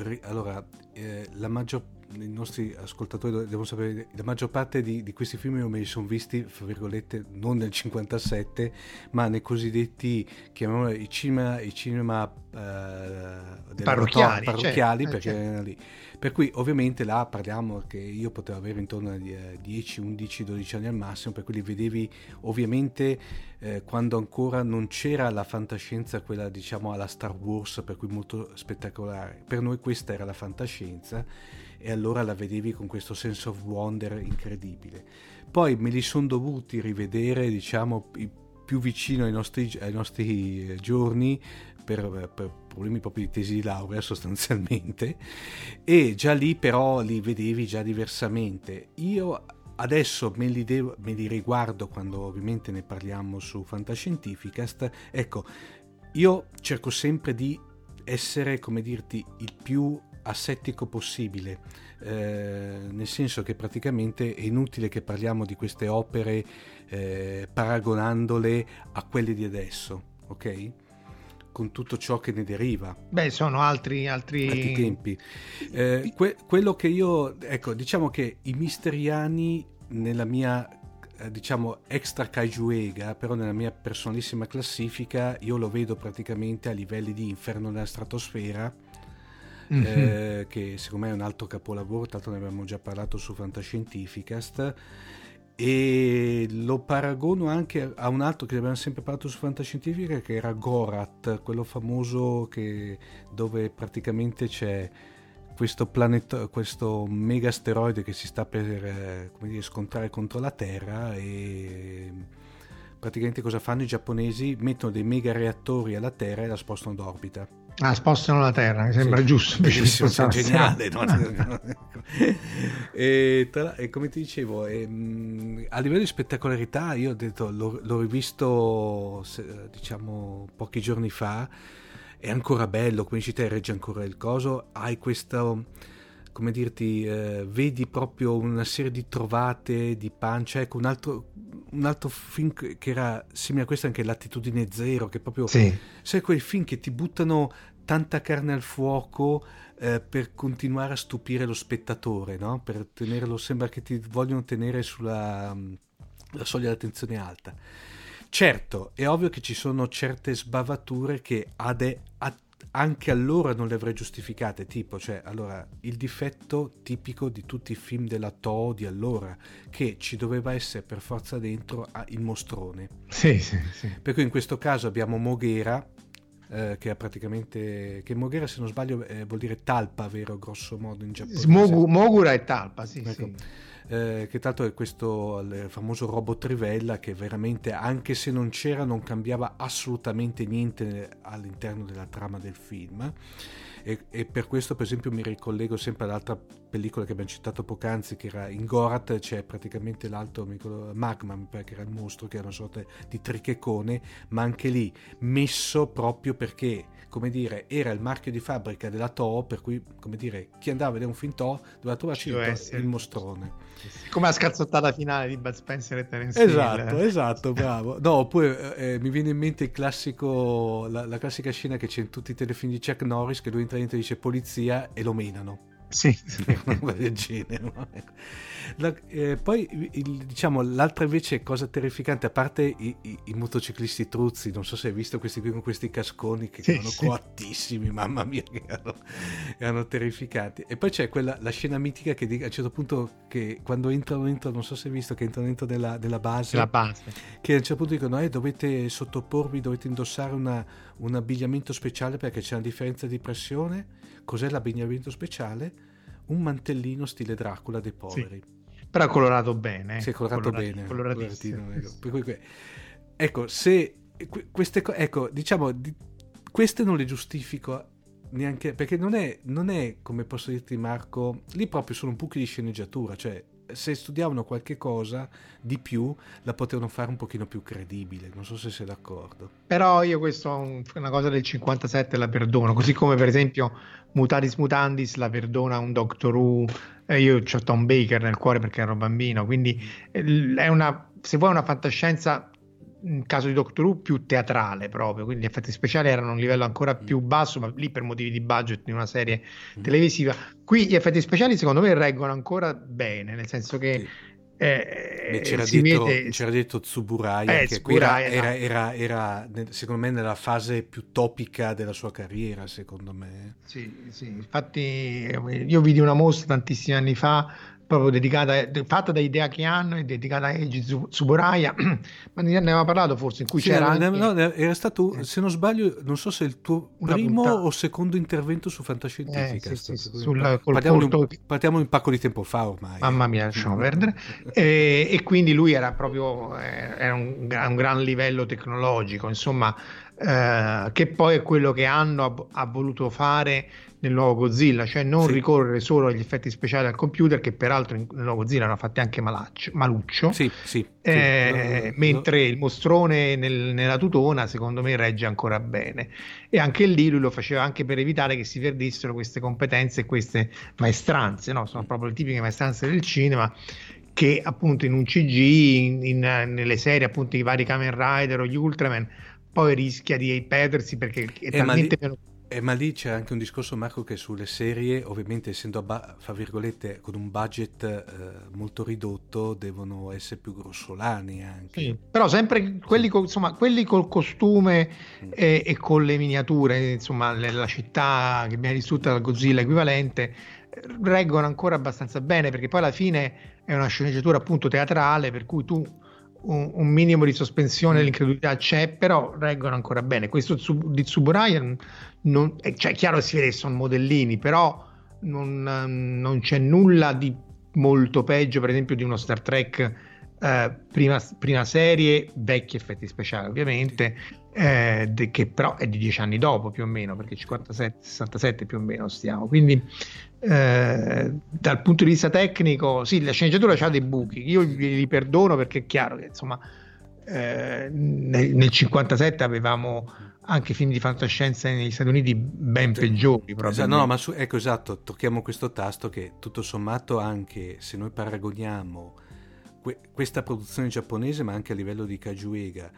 i nostri ascoltatori devono sapere, la maggior parte di questi film io me li sono visti, fra virgolette, non nel 57, ma nei cosiddetti, chiamiamolo, i cinema parrocchiali, perché certo. erano lì. Per cui ovviamente là parliamo che io potevo avere intorno a 10, 11, 12 anni al massimo, per cui li vedevi ovviamente quando ancora non c'era la fantascienza, quella diciamo alla Star Wars, per cui molto spettacolare. Per noi questa era la fantascienza, e allora la vedevi con questo sense of wonder incredibile. Poi me li sono dovuti rivedere, diciamo, più vicino ai nostri giorni, per problemi proprio di tesi di laurea sostanzialmente, e già lì però li vedevi già diversamente. Io adesso me li riguardo quando ovviamente ne parliamo su Fantascientificast. Ecco, io cerco sempre di essere, come dirti, il più asettico possibile, nel senso che praticamente è inutile che parliamo di queste opere paragonandole a quelle di adesso, ok? Con tutto ciò che ne deriva. Beh, sono altri tempi. Quello che io, ecco, diciamo che i Misteriani nella mia diciamo extra Kaijuega, però nella mia personalissima classifica io lo vedo praticamente a livelli di Inferno nella stratosfera, che secondo me è un altro capolavoro, tanto ne abbiamo già parlato su Fantascientificast, e lo paragono anche a un altro che abbiamo sempre parlato su Fantascientifica, che era Gorath, quello famoso dove praticamente c'è questo mega asteroide che si sta per scontrare contro la Terra, e praticamente cosa fanno i giapponesi? Mettono dei mega reattori alla Terra e la spostano d'orbita. Spostano la Terra, mi sembra giusto. Bellissimo, geniale, no? E come ti dicevo, a livello di spettacolarità, io ho detto, l'ho rivisto diciamo pochi giorni fa, è ancora bello, come dici te, regge ancora il coso, hai questo, come dirti, vedi proprio una serie di trovate di pancia. Ecco, un altro film che era simile a questo, anche Latitudine Zero, che proprio, sai, quei film che ti buttano tanta carne al fuoco per continuare a stupire lo spettatore, no? Per tenerlo, sembra che ti vogliono tenere sulla la soglia dell'attenzione alta. Certo, è ovvio che ci sono certe sbavature che anche allora non le avrei giustificate, tipo, cioè, allora, il difetto tipico di tutti i film della Toho di allora, che ci doveva essere per forza dentro il mostrone. Sì. Per cui in questo caso abbiamo Moghera, che è praticamente, che Moghera, se non sbaglio, vuol dire talpa, vero, grosso modo in giapponese. Mogura e talpa, sì, ecco. sì. Che tra l'altro è questo il famoso robot trivella, che veramente, anche se non c'era, non cambiava assolutamente niente all'interno della trama del film, e per questo, per esempio, mi ricollego sempre all'altra pellicola che abbiamo citato poc'anzi, che era in Gorath, c'è praticamente l'altro Magma, mi pare che era il mostro, che era una sorta di trichecone, ma anche lì messo proprio perché, come dire, era il marchio di fabbrica della Toho, per cui, come dire, chi andava a vedere un film Toho doveva trovarci il mostrone. Come la scazzottata finale di Bud Spencer e Terence Hill. Esatto, bravo. No, oppure mi viene in mente il classico, la classica scena che c'è in tutti i telefilm di Chuck Norris, che lui entra dentro e dice polizia e lo menano. Sì. Una roba del genere, no? Poi diciamo l'altra invece cosa terrificante, a parte i motociclisti truzzi, non so se hai visto questi qui con questi casconi che erano coattissimi, mamma mia, che erano terrificanti. E poi c'è la scena mitica che a un certo punto, che quando entrano dentro, non so se hai visto, che entrano dentro della base, che a un certo punto dicono dovete sottoporvi, dovete indossare un abbigliamento speciale perché c'è una differenza di pressione. Cos'è l'abbigliamento speciale? Un mantellino stile Dracula dei poveri. Sì. Però è colorato bene. Sì, è colorato bene. Coloratissimo. Ecco, se queste ecco, diciamo, queste non le giustifico neanche, perché non è come posso dirti, Marco, lì proprio sono un buchi di sceneggiatura, cioè se studiavano qualche cosa di più la potevano fare un pochino più credibile, non so se sei d'accordo. Però io una cosa del 57 la perdono, così come per esempio Mutatis Mutandis la perdona un Doctor Who. Io c'ho Tom Baker nel cuore perché ero bambino, quindi è se vuoi una fantascienza, in caso di Doctor Who, più teatrale proprio, quindi gli effetti speciali erano a un livello ancora più basso, ma lì per motivi di budget di una serie televisiva. Qui gli effetti speciali secondo me reggono ancora bene, nel senso che c'era detto Tsuburaya, che era secondo me nella fase più topica della sua carriera, secondo me. Sì, infatti io vidi una mostra tantissimi anni fa proprio fatta da Hideaki Anno e dedicata a Eiji Tsuburaya, ma ne aveva parlato forse, in cui c'era anche... era stato, se non sbaglio, non so se il tuo primo o secondo intervento su Fantascientifica. Partiamo un pacco di tempo fa ormai. Mamma mia, lasciamo perdere. E quindi lui era proprio un gran livello tecnologico, insomma, che poi è quello che Anno ha voluto fare nel nuovo Godzilla, cioè non ricorrere solo agli effetti speciali al computer, che peraltro nel nuovo Godzilla erano fatti anche maluccio, mentre il mostrone nella tutona secondo me regge ancora bene, e anche lì lui lo faceva anche per evitare che si perdessero queste competenze e queste maestranze, no? Sono proprio le tipiche maestranze del cinema che appunto in un CG, nelle serie appunto i vari Kamen Rider o gli Ultraman, poi rischia di perdersi perché è talmente meno. Ma lì c'è anche un discorso, Marco, che sulle serie, ovviamente essendo fra virgolette con un budget molto ridotto, devono essere più grossolani anche. Sì, però sempre quelli col costume e con le miniature, insomma la città che viene distrutta dal Godzilla equivalente, reggono ancora abbastanza bene, perché poi alla fine è una sceneggiatura appunto teatrale, per cui tu un minimo di sospensione dell'incredulità c'è, però reggono ancora bene. Questo di Tsuburaya cioè, è chiaro che si vede che sono modellini, però non c'è nulla di molto peggio, per esempio, di uno Star Trek prima serie, vecchi effetti speciali ovviamente, che però è di 10 anni dopo più o meno, perché 57-67 più o meno stiamo, quindi dal punto di vista tecnico sì, la sceneggiatura c'ha dei buchi, io li perdono, perché è chiaro che insomma nel 57 avevamo anche film di fantascienza negli Stati Uniti ben peggiori probabilmente. Ecco, esatto, tocchiamo questo tasto che tutto sommato, anche se noi paragoniamo questa produzione giapponese, ma anche a livello di Kajuega,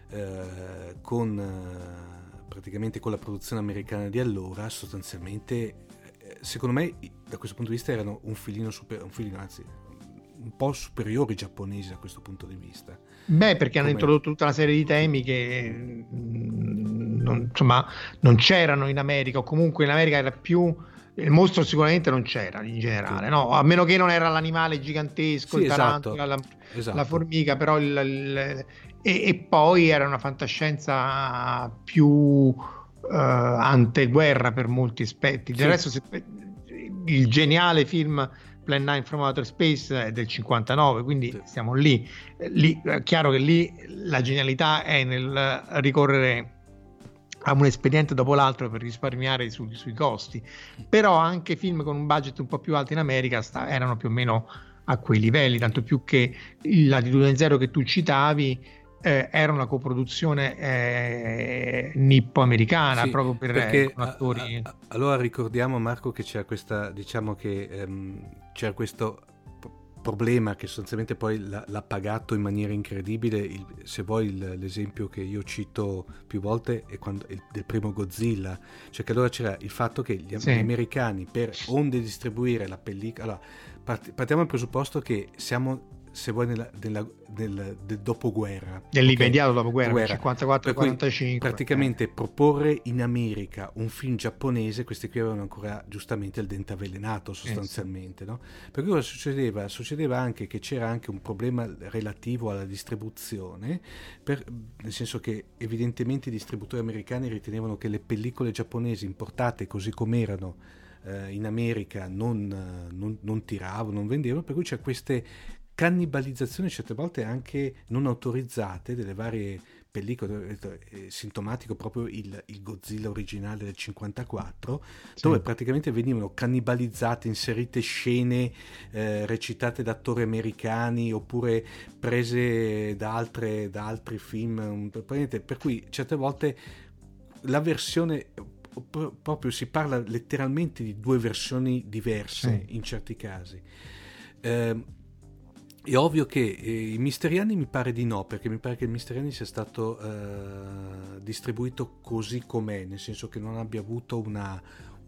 praticamente con la produzione americana di allora, sostanzialmente secondo me da questo punto di vista erano anzi un po' superiori i giapponesi da questo punto di vista. Perché hanno introdotto tutta una serie di temi che non c'erano in America, o comunque in America era più... Il mostro sicuramente non c'era in generale, no? A meno che non era l'animale gigantesco, il tarantula, la formica, però e poi era una fantascienza più anteguerra per molti aspetti. Del resto il geniale film Plan 9 from Outer Space è del 59, quindi stiamo lì. È chiaro che lì la genialità è nel ricorrere a un espediente dopo l'altro per risparmiare sui costi, però anche film con un budget un po' più alto in America erano più o meno a quei livelli, tanto più che Latitudine Zero che tu citavi era una coproduzione nippo-americana, proprio per attori. Allora ricordiamo, Marco, che c'era questa, diciamo che c'era questo problema che sostanzialmente poi l'ha pagato in maniera incredibile, se vuoi l'esempio che io cito più volte è del primo Godzilla, cioè che allora c'era il fatto che gli americani, per onde distribuire la pellicola, allora, partiamo dal presupposto che siamo, se vuoi, del dopoguerra, dell'immediato dopoguerra, 54-45, praticamente proporre in America un film giapponese, questi qui avevano ancora giustamente il dente avvelenato sostanzialmente, no? Per cui cosa succedeva anche che c'era anche un problema relativo alla distribuzione, nel senso che evidentemente i distributori americani ritenevano che le pellicole giapponesi importate così com'erano in America non tiravano, non vendevano, per cui c'è queste cannibalizzazioni certe volte anche non autorizzate delle varie pellicole. Sintomatico proprio il Godzilla originale del 54, dove praticamente venivano cannibalizzate, inserite scene recitate da attori americani oppure prese da altri film, per cui certe volte la versione proprio si parla letteralmente di due versioni diverse in certi casi. È ovvio che i Mysteriani mi pare di no, perché mi pare che il Mysteriani sia stato distribuito così com'è, nel senso che non abbia avuto una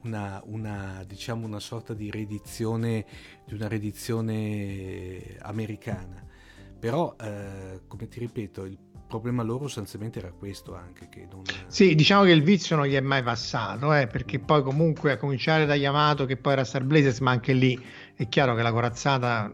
diciamo una sorta di riedizione, di una riedizione americana. Però come ti ripeto, il problema loro sostanzialmente era questo anche, che non... Sì, diciamo che il vizio non gli è mai passato, perché poi comunque a cominciare da Yamato, che poi era Star Blazers, ma anche lì è chiaro che la corazzata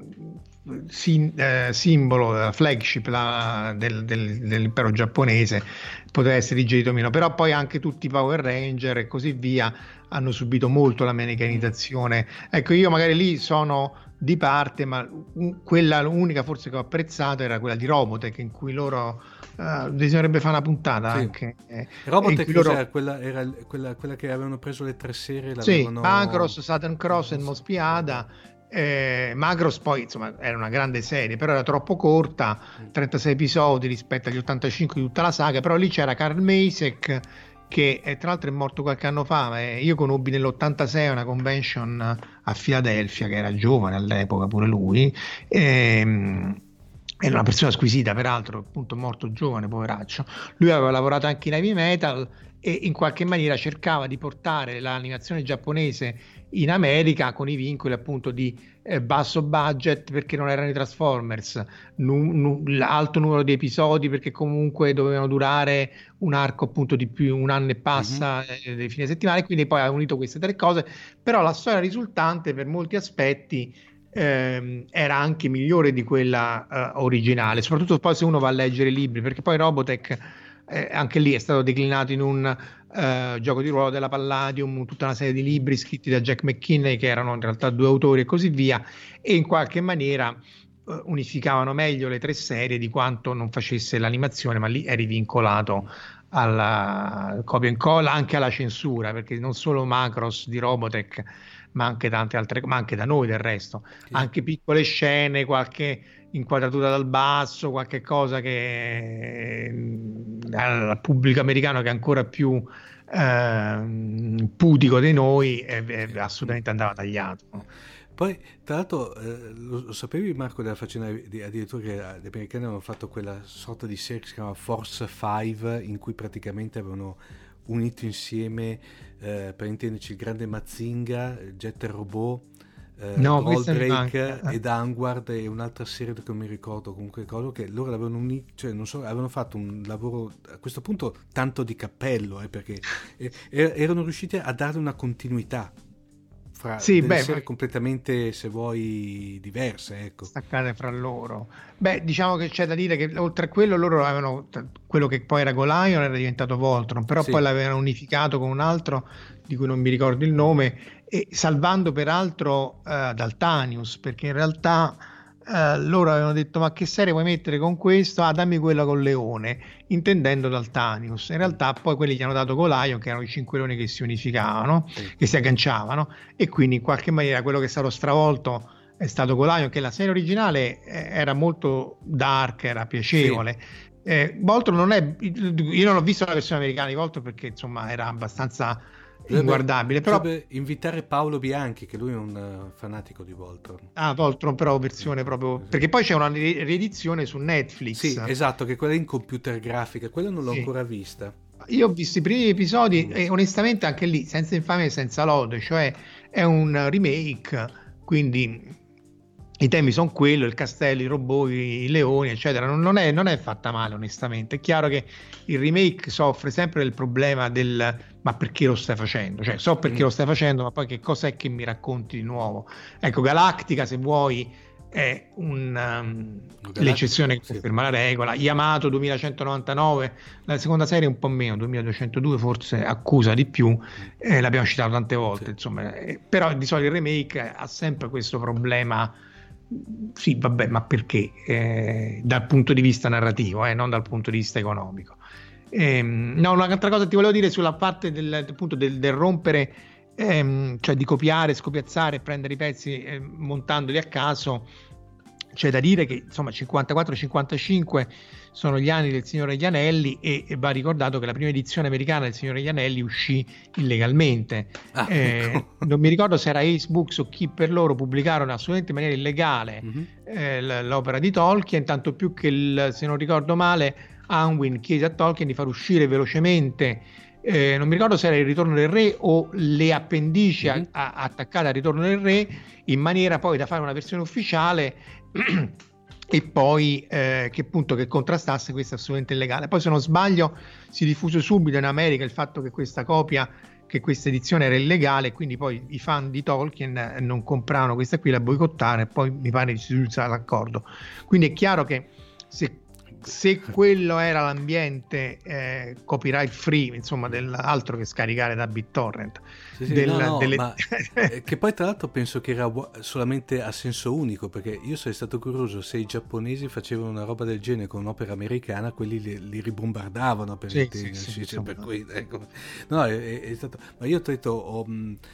simbolo della flagship dell'impero giapponese poteva essere digerito meno, però poi anche tutti i Power Ranger e così via hanno subito molto l'americanizzazione. Ecco, io magari lì sono di parte, ma quella unica forse che ho apprezzato era quella di Robotech, in cui loro bisognerebbe fare una puntata anche. Robotech quella che avevano preso le 3 serie, Macross, Saturn Cross e Mospiada. Macross poi insomma era una grande serie, però era troppo corta, 36 episodi rispetto agli 85 di tutta la saga. Però lì c'era Carl Macek, che tra l'altro è morto qualche anno fa. Io conobbi nell'86 una convention a Filadelfia, che era giovane all'epoca pure lui, era una persona squisita, peraltro, appunto morto giovane, poveraccio. Lui aveva lavorato anche in heavy metal e in qualche maniera cercava di portare l'animazione giapponese in America, con i vincoli appunto di basso budget, perché non erano i Transformers, alto numero di episodi, perché comunque dovevano durare un arco appunto di più, un anno e passa dei fine settimana, quindi poi ha unito queste 3 cose. Però la storia risultante per molti aspetti era anche migliore di quella originale, soprattutto poi se uno va a leggere i libri, perché poi Robotech anche lì è stato declinato in un gioco di ruolo della Palladium, tutta una serie di libri scritti da Jack McKinney, che erano in realtà 2 autori e così via, e in qualche maniera unificavano meglio le 3 serie di quanto non facesse l'animazione, ma lì eri vincolato alla copia e incolla, anche alla censura, perché non solo Macross di Robotech, ma anche tante altre, ma anche da noi del resto, anche piccole scene, qualche inquadratura dal basso, qualche cosa che al pubblico americano, che è ancora più pudico di noi, assolutamente andava tagliato. Poi tra l'altro lo sapevi, Marco, della faccenda addirittura che gli americani avevano fatto quella sorta di serie che si chiama Force 5, in cui praticamente avevano unito insieme, per intenderci, il grande Mazinga, Jet e Robot, Goldrake ed Vanguard e un'altra serie che non mi ricordo, comunque ricordo che loro l'avevano unito, cioè non so, avevano fatto un lavoro a questo punto tanto di cappello, perché erano riusciti a dare una continuità fra serie completamente, se vuoi, diverse, ecco, staccate fra loro. Diciamo che c'è da dire che oltre a quello loro avevano quello che poi era Golion, era diventato Voltron, però poi l'avevano unificato con un altro di cui non mi ricordo il nome, e salvando peraltro Daltanius, perché in realtà loro avevano detto: ma che serie vuoi mettere con questo? Dammi quella con Leone, intendendo Daltanius. In realtà poi quelli gli hanno dato Golion, che erano i 5 leoni che si unificavano, che si agganciavano, e quindi in qualche maniera quello che è stato stravolto è stato Golion, che la serie originale era molto dark, era piacevole. Voltron non è, io non ho visto la versione americana di Voltron, perché insomma era abbastanza inguardabile. Però potrebbe invitare Paolo Bianchi, che lui è un fanatico di Voltron. Voltron però versione proprio, perché poi c'è una riedizione su Netflix. Sì, esatto, che quella è in computer grafica, quella non l'ho ancora vista. Io ho visto i primi episodi e onestamente anche lì, senza infamia e senza lode, cioè è un remake, quindi i temi sono quello, il castello, i robot, i leoni, eccetera. Non è fatta male, onestamente. È chiaro che il remake soffre sempre del problema del ma perché lo stai facendo? Cioè, so perché lo stai facendo, ma poi che cosa è che mi racconti di nuovo? Ecco, Galactica, se vuoi, è l'eccezione che conferma la regola. Yamato 2199, la seconda serie un po' meno, 2202 forse accusa di più, l'abbiamo citato tante volte, insomma. Però di solito il remake ha sempre questo problema. Sì, vabbè, ma perché? Dal punto di vista narrativo, non dal punto di vista economico. No, un'altra cosa ti volevo dire sulla parte del rompere, cioè di copiare, scopiazzare, prendere i pezzi montandoli a caso. C'è da dire che insomma 54-55 sono gli anni del Signore degli Anelli e va ricordato che la prima edizione americana del Signore degli Anelli uscì illegalmente. Ecco. Non mi ricordo se era Ace Books o chi per loro pubblicarono assolutamente in maniera illegale l'opera di Tolkien, tanto più che se non ricordo male Unwin chiese a Tolkien di far uscire velocemente non mi ricordo se era il Ritorno del Re o le appendici attaccate al Ritorno del Re, in maniera poi da fare una versione ufficiale e poi che contrastasse questo assolutamente illegale. Poi se non sbaglio si diffuse subito in America il fatto che questa edizione era illegale, quindi poi i fan di Tolkien non compravano questa qui, la boicottarono e poi mi pare si giunse all'accordo. Quindi è chiaro che se quello era l'ambiente copyright free, insomma, dell'altro che scaricare da BitTorrent. Ma che poi tra l'altro penso che era solamente a senso unico, perché io sarei stato curioso se i giapponesi facevano una roba del genere con un'opera americana, quelli li ribombardavano per intenderci, per cui ecco. No, è stato, ma io ho detto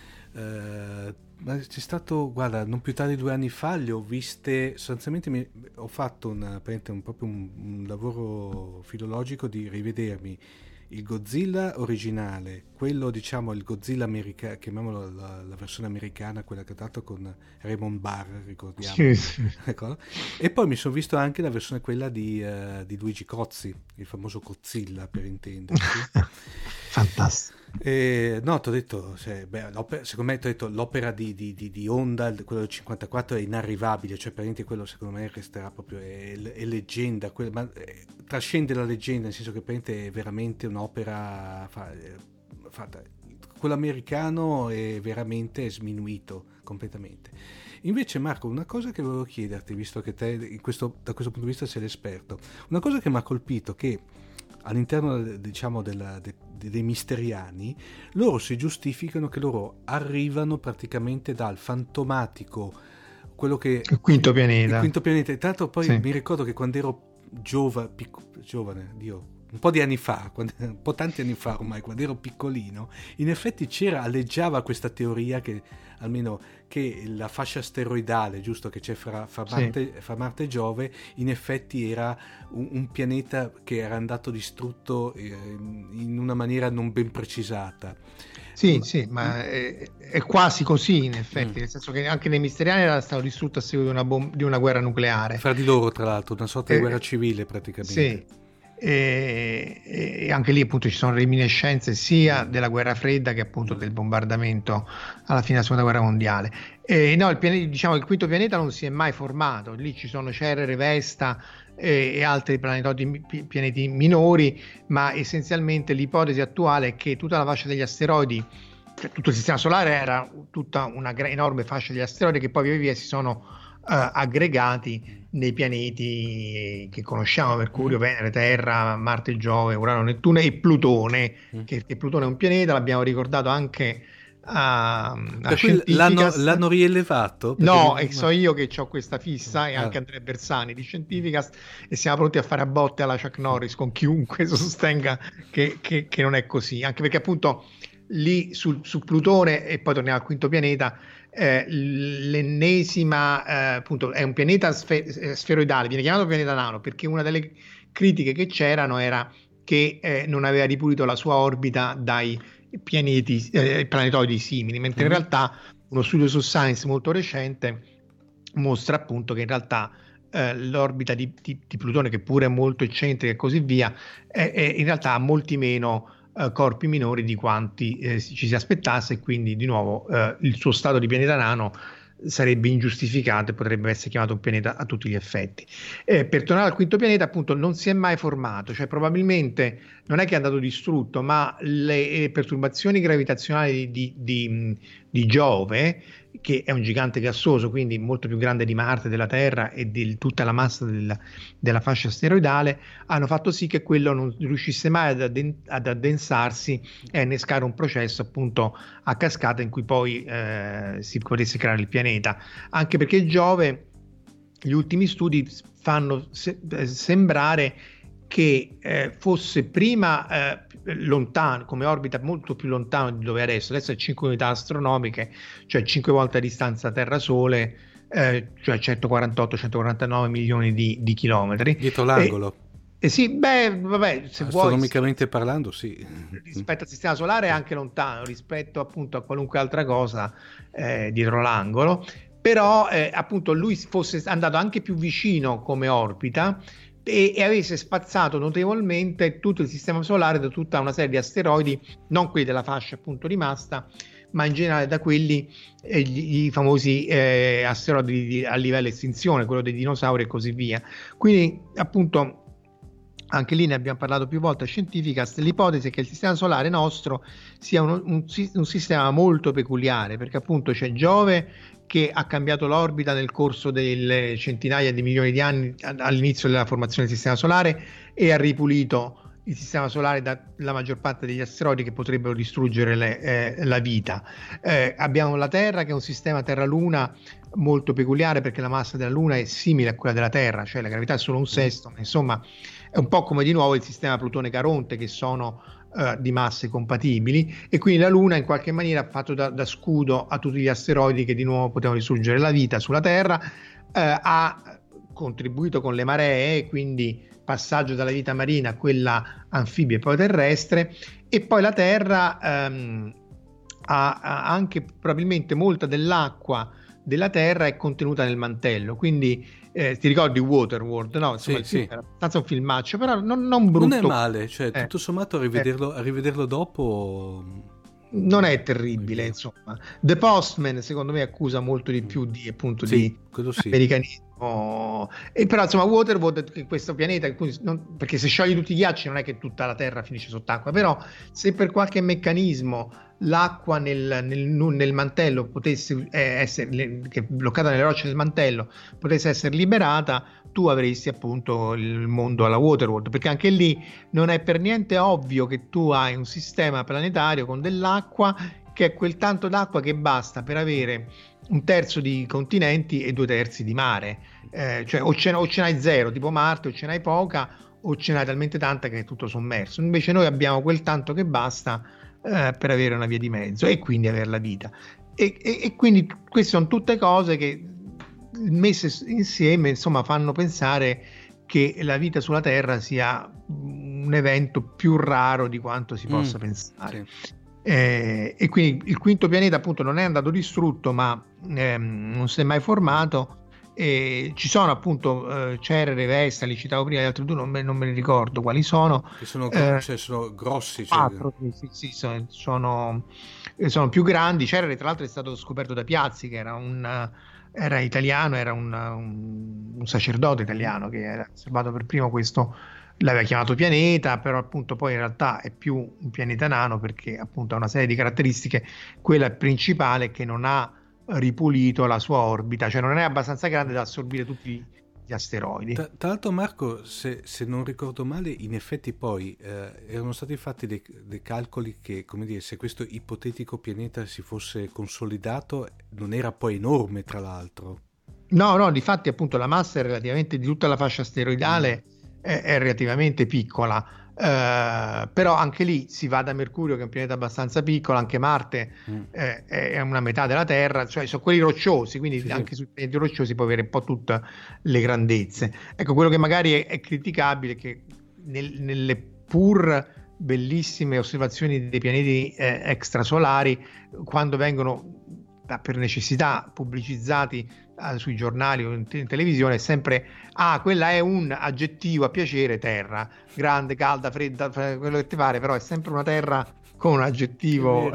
ma c'è stato, guarda, non più tardi di 2 anni fa le ho viste, sostanzialmente ho fatto proprio un lavoro filologico di rivedermi il Godzilla originale, quello diciamo il Godzilla americano, chiamiamolo la versione americana, quella che ha dato con Raymond Barr, ricordiamo. Ecco. E poi mi sono visto anche la versione quella di Luigi Cozzi, il famoso Godzilla per intenderci. Fantastico. No, ti ho detto, secondo me l'opera di Honda, quello del 54 è inarrivabile, cioè praticamente quello secondo me resterà proprio è leggenda, ma trascende la leggenda, nel senso che praticamente è veramente un'opera fatta. Quello americano è veramente sminuito completamente. Invece Marco, una cosa che volevo chiederti, visto che te da questo punto di vista sei l'esperto, una cosa che mi ha colpito, che all'interno diciamo dei misteriani loro si giustificano che loro arrivano praticamente dal fantomatico, quello che il quinto pianeta. Tra l'altro poi mi ricordo che quando ero giovane, un po' di anni fa, un po' tanti anni fa ormai, quando ero piccolino, in effetti alleggiava questa teoria che almeno che la fascia asteroidale, giusto, che c'è fra Marte e Giove, in effetti era un pianeta che era andato distrutto in una maniera non ben precisata. Sì, ma è quasi così in effetti, nel senso che anche nei Misteriani era stato distrutto a seguito di una guerra nucleare. Fra di loro, tra l'altro, una sorta di guerra civile praticamente. Sì. E anche lì appunto ci sono reminiscenze sia della guerra fredda che appunto del bombardamento alla fine della seconda guerra mondiale. No, il quinto pianeta non si è mai formato, lì ci sono Cerere, Vesta e altri pianeti minori, ma essenzialmente l'ipotesi attuale è che tutta la fascia degli asteroidi, cioè tutto il sistema solare era tutta una enorme fascia di asteroidi che poi via via si sono aggregati nei pianeti che conosciamo: Mercurio, Venere, Terra, Marte, Giove, Urano, Nettuno e Plutone, che Plutone è un pianeta, l'abbiamo ricordato anche a l'hanno rielevato? No, e so io che ho questa fissa, e anche Andrea Bersani di Scientificast, e siamo pronti a fare a botte alla Chuck Norris con chiunque sostenga che non è così, anche perché appunto lì su Plutone, e poi torniamo al quinto pianeta, l'ennesima appunto è un pianeta sferoidale, viene chiamato pianeta nano perché una delle critiche che c'erano era che non aveva ripulito la sua orbita dai planetoidi simili, mentre in realtà uno studio su Science molto recente mostra appunto che in realtà l'orbita di Plutone, che pure è molto eccentrica e così via, in realtà ha molti meno corpi minori di quanti ci si aspettasse, e quindi di nuovo il suo stato di pianeta nano sarebbe ingiustificato e potrebbe essere chiamato un pianeta a tutti gli effetti. Per tornare al quinto pianeta, appunto, non si è mai formato, cioè probabilmente non è che è andato distrutto, ma le perturbazioni gravitazionali di Giove, che è un gigante gassoso, quindi molto più grande di Marte, della Terra e di tutta la massa della fascia asteroidale, hanno fatto sì che quello non riuscisse mai ad addensarsi e a innescare un processo appunto a cascata in cui poi si potesse creare il pianeta, anche perché Giove, gli ultimi studi fanno sembrare che fosse prima lontano, come orbita molto più lontano di dove adesso è 5 unità astronomiche, cioè 5 volte a distanza Terra-Sole, cioè 148-149 milioni di chilometri. Dietro l'angolo. Sì, beh, vabbè, se astronomicamente parlando, sì. Rispetto al sistema solare è anche lontano, rispetto appunto a qualunque altra cosa dietro l'angolo, però appunto lui fosse andato anche più vicino come orbita e avesse spazzato notevolmente tutto il sistema solare da tutta una serie di asteroidi, non quelli della fascia appunto rimasta, ma in generale da quelli i famosi asteroidi a livello estinzione, quello dei dinosauri e così via. Quindi appunto anche lì ne abbiamo parlato più volte a Scientificast, l'ipotesi è che il sistema solare nostro sia un sistema molto peculiare, perché appunto c'è Giove che ha cambiato l'orbita nel corso delle centinaia di milioni di anni all'inizio della formazione del sistema solare e ha ripulito il sistema solare dalla maggior parte degli asteroidi che potrebbero distruggere la vita. Abbiamo la Terra, che è un sistema Terra-Luna molto peculiare, perché la massa della Luna è simile a quella della Terra, cioè la gravità è solo un sesto, ma insomma è un po' come di nuovo il sistema Plutone-Caronte, che sono di masse compatibili, e quindi la Luna in qualche maniera ha fatto da scudo a tutti gli asteroidi che di nuovo potevano distruggere la vita sulla Terra, ha contribuito con le maree, quindi passaggio dalla vita marina a quella anfibia e poi terrestre, e poi la Terra ha anche probabilmente molta dell'acqua della Terra è contenuta nel mantello, quindi ti ricordi Waterworld? No, insomma, sì. Era abbastanza un filmaccio, però non brutto. Non è male, cioè tutto sommato a rivederlo dopo non è terribile, insomma. The Postman secondo me accusa molto di più di appunto di americanismo, e però insomma Waterworld, questo pianeta perché se sciogli tutti i ghiacci non è che tutta la Terra finisce sott'acqua, però se per qualche meccanismo l'acqua nel mantello potesse essere, che è bloccata nelle rocce del mantello, potesse essere liberata, tu avresti appunto il mondo alla Waterworld, perché anche lì non è per niente ovvio che tu hai un sistema planetario con dell'acqua che è quel tanto d'acqua che basta per avere un terzo di continenti e 2/3 di mare, cioè o ce n'hai zero tipo Marte, o ce n'hai poca, o ce n'hai talmente tanta che è tutto sommerso. Invece noi abbiamo quel tanto che basta per avere una via di mezzo e quindi avere la vita, e quindi queste sono tutte cose che messe insieme insomma fanno pensare che la vita sulla Terra sia un evento più raro di quanto si possa pensare. Sì. E quindi il quinto pianeta appunto non è andato distrutto, ma non si è mai formato. Ci sono appunto Cerere, Vesta, li citavo prima, gli altri due non me ne ricordo quali sono. Che sono, sono grossi. Quattro, sì, sono più grandi. Cerere tra l'altro è stato scoperto da Piazzi, che era italiano, era un sacerdote italiano che era osservato per primo questo, l'aveva chiamato pianeta, però appunto poi in realtà è più un pianeta nano, perché appunto ha una serie di caratteristiche. Quella principale che non ha ripulito la sua orbita, cioè non è abbastanza grande da assorbire tutti gli asteroidi. Tra l'altro Marco, se non ricordo male, in effetti poi erano stati fatti dei calcoli che, come dire, se questo ipotetico pianeta si fosse consolidato non era poi enorme, tra l'altro. No, difatti appunto la massa è relativamente di tutta la fascia asteroidale è relativamente piccola, però anche lì si va da Mercurio, che è un pianeta abbastanza piccolo, anche Marte è una metà della Terra, cioè sono quelli rocciosi, quindi anche sui pianeti rocciosi puoi avere un po' tutte le grandezze. Ecco, quello che magari è criticabile è che nelle pur bellissime osservazioni dei pianeti extrasolari, quando vengono per necessità pubblicizzati sui giornali o in televisione, è sempre quella è un aggettivo a piacere, terra grande, calda, fredda, quello che ti pare, però è sempre una terra con un aggettivo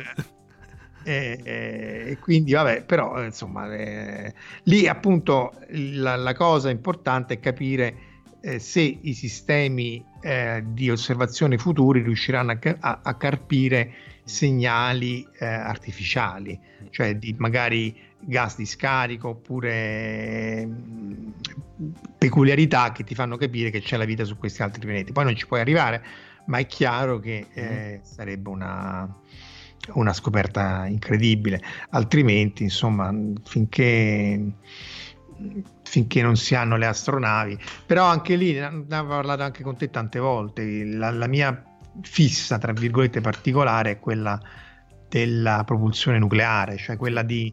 e quindi vabbè, però insomma lì appunto la cosa importante è capire se i sistemi di osservazione futuri riusciranno a carpire segnali artificiali, cioè di magari gas di scarico oppure peculiarità che ti fanno capire che c'è la vita su questi altri pianeti. Poi non ci puoi arrivare, ma è chiaro che sarebbe una scoperta incredibile, altrimenti insomma finché non si hanno le astronavi. Però anche lì ne avevo parlato anche con te tante volte, la mia fissa tra virgolette particolare è quella della propulsione nucleare, cioè quella di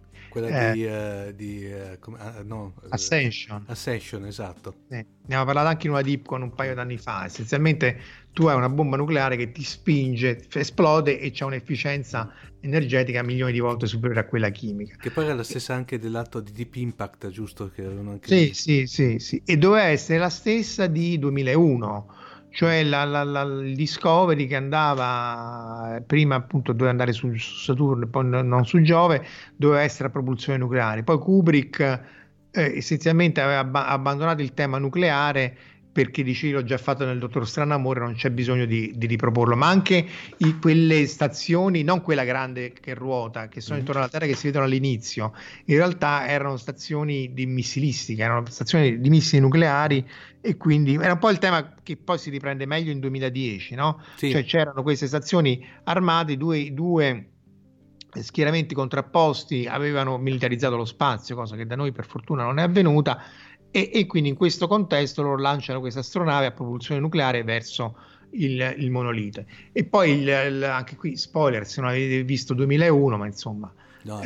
Ascension, esatto. Ne abbiamo parlato anche in una Deepcon un paio d'anni fa. Essenzialmente tu hai una bomba nucleare che ti spinge, esplode e c'è un'efficienza energetica milioni di volte superiore a quella chimica. Che poi era la stessa anche dell'atto di Deep Impact, giusto? Che avevano anche sì. E doveva essere la stessa di 2001. Cioè il Discovery che andava prima, appunto doveva andare su Saturno e poi non su Giove, doveva essere a propulsione nucleare. Poi Kubrick essenzialmente aveva abbandonato il tema nucleare perché dice: l'ho già fatto nel Dottor Stranamore, non c'è bisogno di riproporlo. Ma anche quelle stazioni, non quella grande che ruota, che sono intorno alla Terra, che si vedono all'inizio, in realtà erano stazioni di missilistica, erano stazioni di missili nucleari, e quindi era un po' il tema che poi si riprende meglio in 2010, no? Sì. Cioè c'erano queste stazioni armate, due schieramenti contrapposti avevano militarizzato lo spazio, cosa che da noi per fortuna non è avvenuta, e quindi in questo contesto loro lanciano questa astronave a propulsione nucleare verso il monolite. E poi anche qui spoiler se non avete visto 2001, ma insomma lo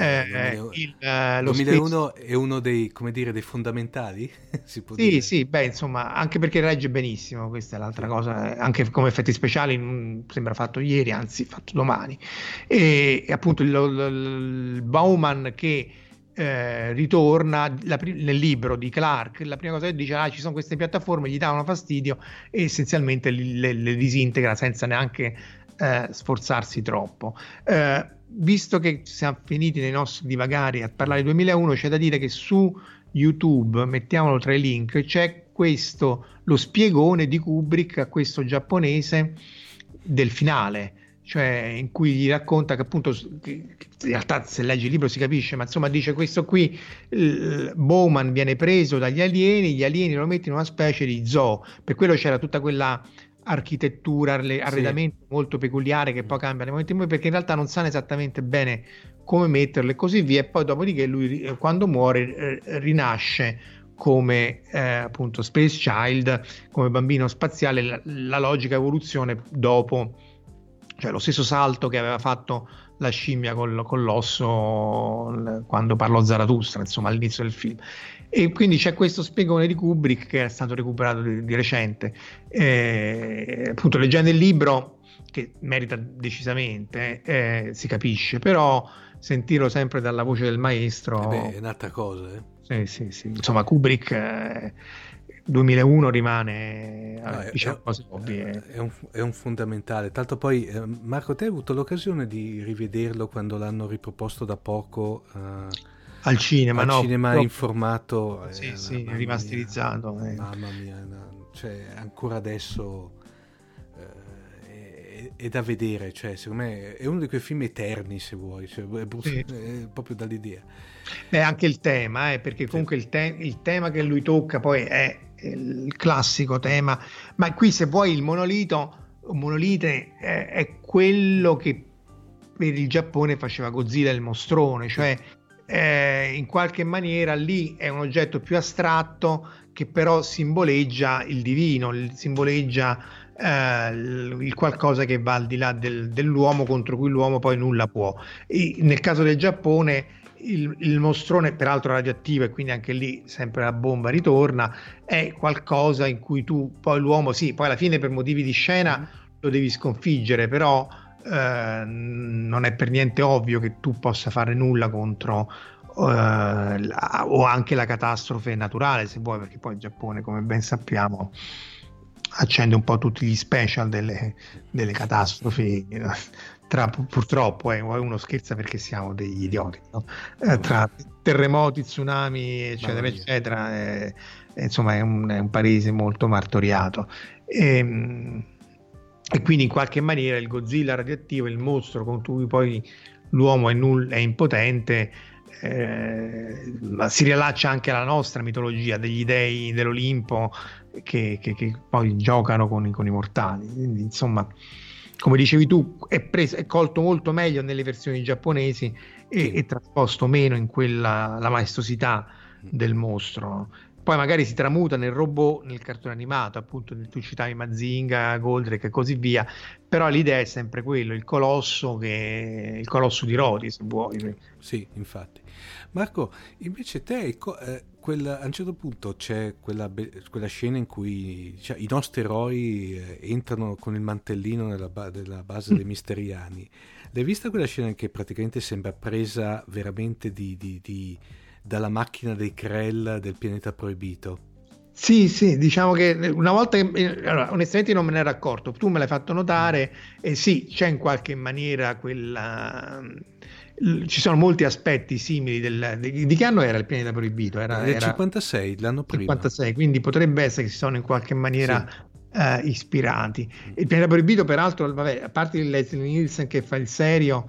2001 è uno dei, come dire, dei fondamentali, si può dire. Sì, beh, insomma, anche perché regge benissimo, questa è l'altra cosa, anche come effetti speciali sembra fatto ieri, anzi fatto domani. E appunto il Bauman che ritorna nel libro di Clark, la prima cosa che dice: ci sono queste piattaforme, gli davano fastidio, e essenzialmente le disintegra senza neanche sforzarsi troppo. Visto che siamo finiti nei nostri divagari a parlare di 2001, c'è da dire che su YouTube, mettiamolo tra i link, c'è lo spiegone di Kubrick a questo giapponese del finale, cioè in cui gli racconta che appunto, in realtà se leggi il libro si capisce, ma insomma dice: questo qui Bowman viene preso dagli alieni, gli alieni lo mettono in una specie di zoo, per quello c'era tutta quella architettura, arredamento molto peculiare che poi cambia nei momenti in cui, perché in realtà non sanno esattamente bene come metterlo e così via, e poi dopodiché lui quando muore rinasce come appunto Space Child, come bambino spaziale, la logica evoluzione dopo, cioè lo stesso salto che aveva fatto la scimmia con l'osso quando parlò Zarathustra, insomma all'inizio del film. E quindi c'è questo spiegone di Kubrick che è stato recuperato di recente, appunto leggendo il libro, che merita decisamente, si capisce, però sentirlo sempre dalla voce del maestro è un'altra cosa. Sì. Insomma Kubrick 2001 rimane cose ovvie. È un fondamentale. Tanto poi Marco, te hai avuto l'occasione di rivederlo quando l'hanno riproposto da poco al cinema, in formato rimasterizzato. Mamma mia, cioè ancora adesso è da vedere, cioè secondo me è uno di quei film eterni, se vuoi, cioè, è proprio dall'idea. Beh, anche il tema, perché comunque il tema che lui tocca poi è il classico tema, ma qui se vuoi il monolite è quello che per il Giappone faceva Godzilla il mostrone, cioè in qualche maniera lì è un oggetto più astratto che però simboleggia il divino, simboleggia il qualcosa che va al di là dell'uomo, contro cui l'uomo poi nulla può. E nel caso del Giappone il mostrone, peraltro radioattivo, e quindi anche lì sempre la bomba ritorna, è qualcosa in cui tu poi l'uomo, sì, poi alla fine per motivi di scena lo devi sconfiggere, però non è per niente ovvio che tu possa fare nulla contro o anche la catastrofe naturale, se vuoi, perché poi il Giappone, come ben sappiamo, accende un po' tutti gli special delle catastrofi, purtroppo uno scherza perché siamo degli idioti, no? Tra terremoti, tsunami, eccetera eccetera, insomma è un paese molto martoriato, e quindi in qualche maniera il Godzilla radioattivo, il mostro contro cui poi l'uomo è impotente, ma si riallaccia anche alla nostra mitologia degli dei dell'Olimpo che poi giocano con i mortali. Quindi, insomma, come dicevi tu, è colto molto meglio nelle versioni giapponesi e trasposto meno in quella la maestosità del mostro. Poi magari si tramuta nel robot, nel cartone animato, appunto, tu citavi Mazinga, Goldrake e così via, però l'idea è sempre quello, il colosso di Rodi, se vuoi. Sì, infatti. Marco, invece te, a un certo punto c'è quella scena in cui, cioè, i nostri eroi entrano con il mantellino nella base dei Misteriani. L'hai vista quella scena che praticamente sembra presa veramente dalla macchina dei Krell del pianeta proibito? Sì, diciamo che una volta allora, onestamente non me ne ero accorto, tu me l'hai fatto notare, e sì, c'è in qualche maniera ci sono molti aspetti simili di che anno era il pianeta proibito? Era 56, l'anno prima. 56, quindi potrebbe essere che si sono in qualche maniera ispirati. Il pianeta proibito, peraltro, vabbè, a parte il Leslie Nielsen che fa il serio,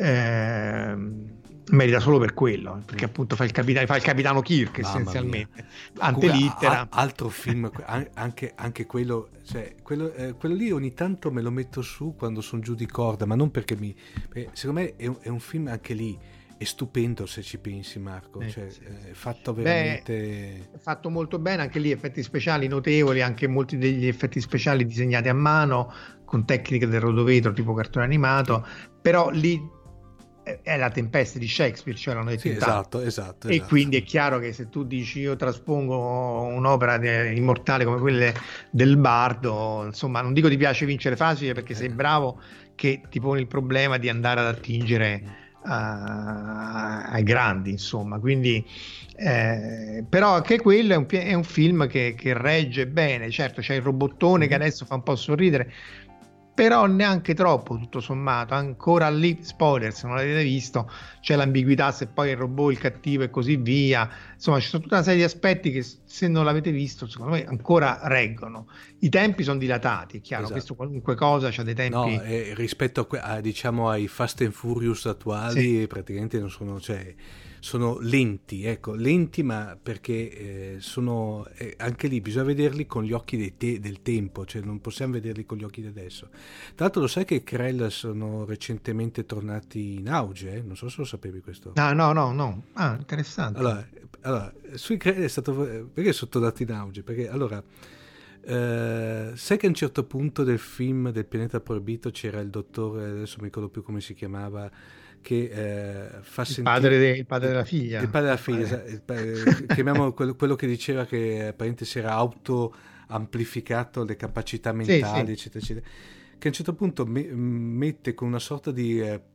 merita solo per quello, perché appunto fa il capitano Kirk, essenzialmente, antelittera. Altro film, anche quello, cioè, quello lì ogni tanto me lo metto su quando sono giù di corda, ma non perché secondo me è un film anche lì è stupendo, se ci pensi, Marco, cioè, è fatto veramente, è fatto molto bene, anche lì effetti speciali notevoli, anche molti degli effetti speciali disegnati a mano con tecniche del rotovetro tipo cartone animato, però lì è la Tempesta di Shakespeare, cioè l'hanno detto esatto. E quindi è chiaro che se tu dici io traspongo un'opera immortale come quelle del Bardo, insomma, non dico ti piace vincere facile perché sei bravo, che ti poni il problema di andare ad attingere ai grandi, insomma, quindi però anche quello è un film che regge bene. Certo, c'è il robottone che adesso fa un po' sorridere, però neanche troppo, tutto sommato. Ancora lì, spoiler se non l'avete visto, c'è l'ambiguità se poi il robot è il cattivo e così via, insomma ci sono tutta una serie di aspetti che, se non l'avete visto, secondo me ancora reggono. I tempi sono dilatati, è chiaro, questo qualunque cosa c'ha dei tempi, rispetto diciamo ai Fast and Furious attuali, praticamente non sono, cioè sono lenti, ma perché sono anche lì bisogna vederli con gli occhi del tempo, cioè non possiamo vederli con gli occhi di adesso. Tra l'altro lo sai che i Krell sono recentemente tornati in auge? Non so se lo sapevi questo. No. Ah, interessante. Allora sui Krell è stato, perché sono tornati in auge? Perché allora sai che a un certo punto del film del pianeta proibito c'era il dottore, adesso non mi ricordo più come si chiamava, che fa sentire il padre della figlia, chiamiamo quello che diceva che apparentemente si era auto amplificato le capacità mentali, eccetera eccetera, che a un certo punto mette con una sorta di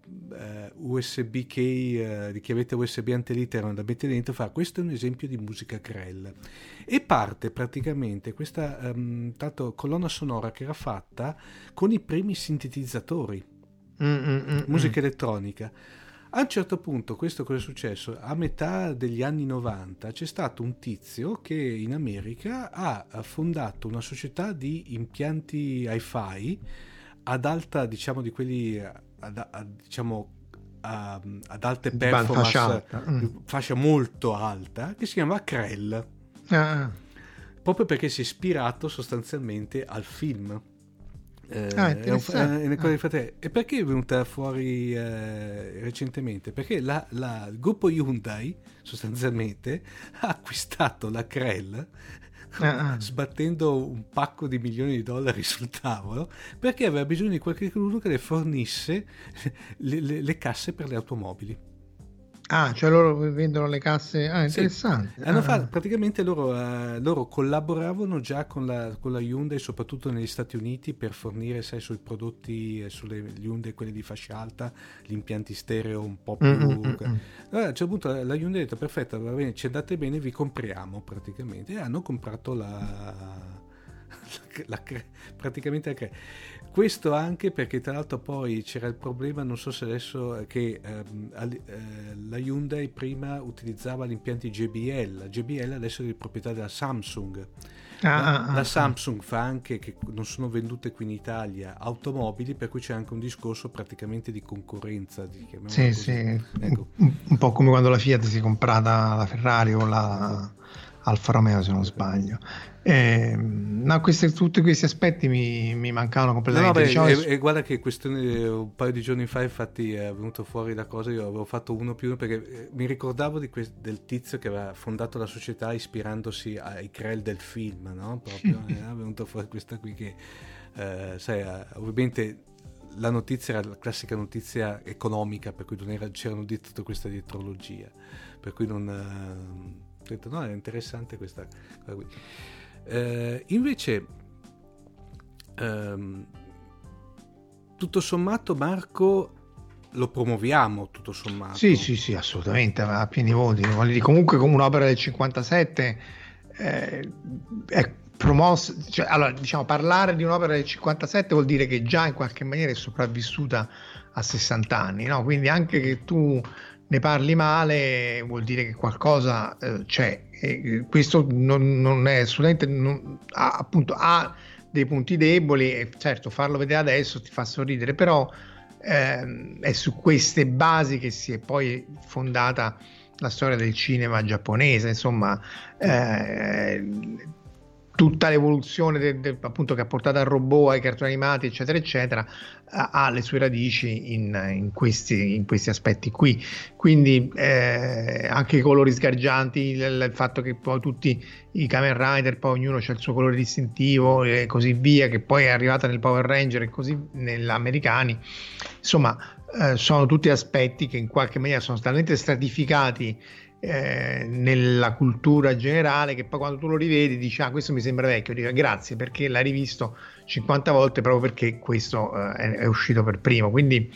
USB key, di chiavetta USB antelitteram da mettere dentro, fa questo è un esempio di musica Krell, e parte praticamente questa tanto colonna sonora che era fatta con i primi sintetizzatori, musica elettronica. A un certo punto, questo cosa è successo? A metà degli anni 90 c'è stato un tizio che in America ha fondato una società di impianti hi-fi ad alta, diciamo, di quelli diciamo ad alte performance, fascia molto alta, che si chiama Krell, proprio perché si è ispirato sostanzialmente al film. E perché è venuta fuori recentemente? Perché il gruppo Hyundai sostanzialmente ha acquistato la Krell sbattendo un pacco di milioni di dollari sul tavolo, perché aveva bisogno di qualcuno che le fornisse le casse per le automobili. Cioè loro vendono le casse. Interessante. Sì. Praticamente loro collaboravano già con la Hyundai, soprattutto negli Stati Uniti, per fornire, sai, sui prodotti, sulle Hyundai, quelli di fascia alta, gli impianti stereo un po' più. Allora, a un certo punto la Hyundai ha detto: perfetto, va bene, ci andate bene, vi compriamo praticamente. E hanno comprato praticamente la questo anche perché tra l'altro poi c'era il problema, non so se adesso, che la Hyundai prima utilizzava gli impianti JBL. La JBL adesso è di proprietà della Samsung. La Samsung fa anche, che non sono vendute qui in Italia, automobili, per cui c'è anche un discorso praticamente di concorrenza, sì. Ecco. Un po' come quando la Fiat si è comprata la Ferrari o la Alfa Romeo, se non sbaglio. Tutti questi aspetti mi mancavano completamente. E guarda che questione, un paio di giorni fa infatti è venuto fuori la cosa, io avevo fatto uno più uno perché mi ricordavo del tizio che aveva fondato la società ispirandosi ai Krell del film, no? Proprio è venuto fuori questa qui che sai, ovviamente la notizia era la classica notizia economica, per cui c'erano di tutta questa dietrologia, per cui non ho detto no, è interessante questa cosa qui. Invece tutto sommato, Marco, lo promuoviamo tutto sommato? Sì, assolutamente, a pieni voti. Comunque, come un'opera del 57 è promossa, cioè, allora, diciamo, parlare di un'opera del 57 vuol dire che già in qualche maniera è sopravvissuta a 60 anni, no? Quindi anche che tu ne parli male vuol dire che qualcosa c'è, e questo non è assolutamente, appunto ha dei punti deboli, e certo farlo vedere adesso ti fa sorridere, però è su queste basi che si è poi fondata la storia del cinema giapponese, insomma. Tutta l'evoluzione appunto che ha portato al robot, ai cartoni animati, eccetera eccetera, ha le sue radici in questi aspetti qui. Quindi anche i colori sgargianti, il fatto che poi tutti i Kamen Rider, poi ognuno c'ha il suo colore distintivo e così via, che poi è arrivata nel Power Ranger e così nell'americani, insomma, sono tutti aspetti che in qualche maniera sono talmente stratificati nella cultura generale, che poi quando tu lo rivedi dici: questo mi sembra vecchio, dico grazie perché l'hai rivisto 50 volte proprio perché questo è uscito per primo. Quindi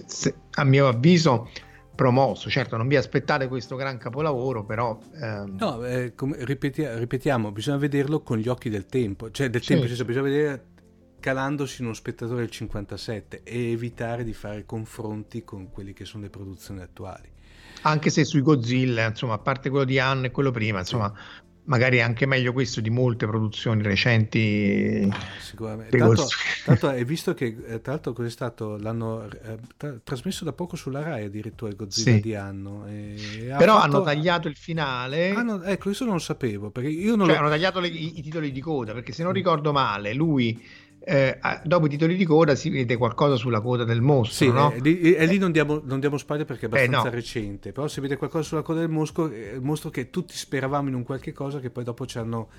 a mio avviso promosso. Certo, non vi aspettate questo gran capolavoro, però no, ripetiamo, bisogna vederlo con gli occhi del tempo, cioè del tempo, cioè, bisogna vedere calandosi in uno spettatore del 57 e evitare di fare confronti con quelli che sono le produzioni attuali. Anche se sui Godzilla, insomma, a parte quello di Anno e quello prima, insomma, magari è anche meglio questo di molte produzioni recenti. Sicuramente. Tanto hai visto che tra l'altro cos'è stato, l'hanno trasmesso da poco sulla Rai addirittura, il Godzilla di Anno, però hanno tagliato il finale. Ecco, questo non lo sapevo, perché io hanno tagliato i titoli di coda, perché se non ricordo male lui dopo i titoli di coda si vede qualcosa sulla coda del mostro, no? E lì non diamo spoiler perché è abbastanza recente, però si vede qualcosa sulla coda del mostro che tutti speravamo in un qualche cosa, che poi dopo ci hanno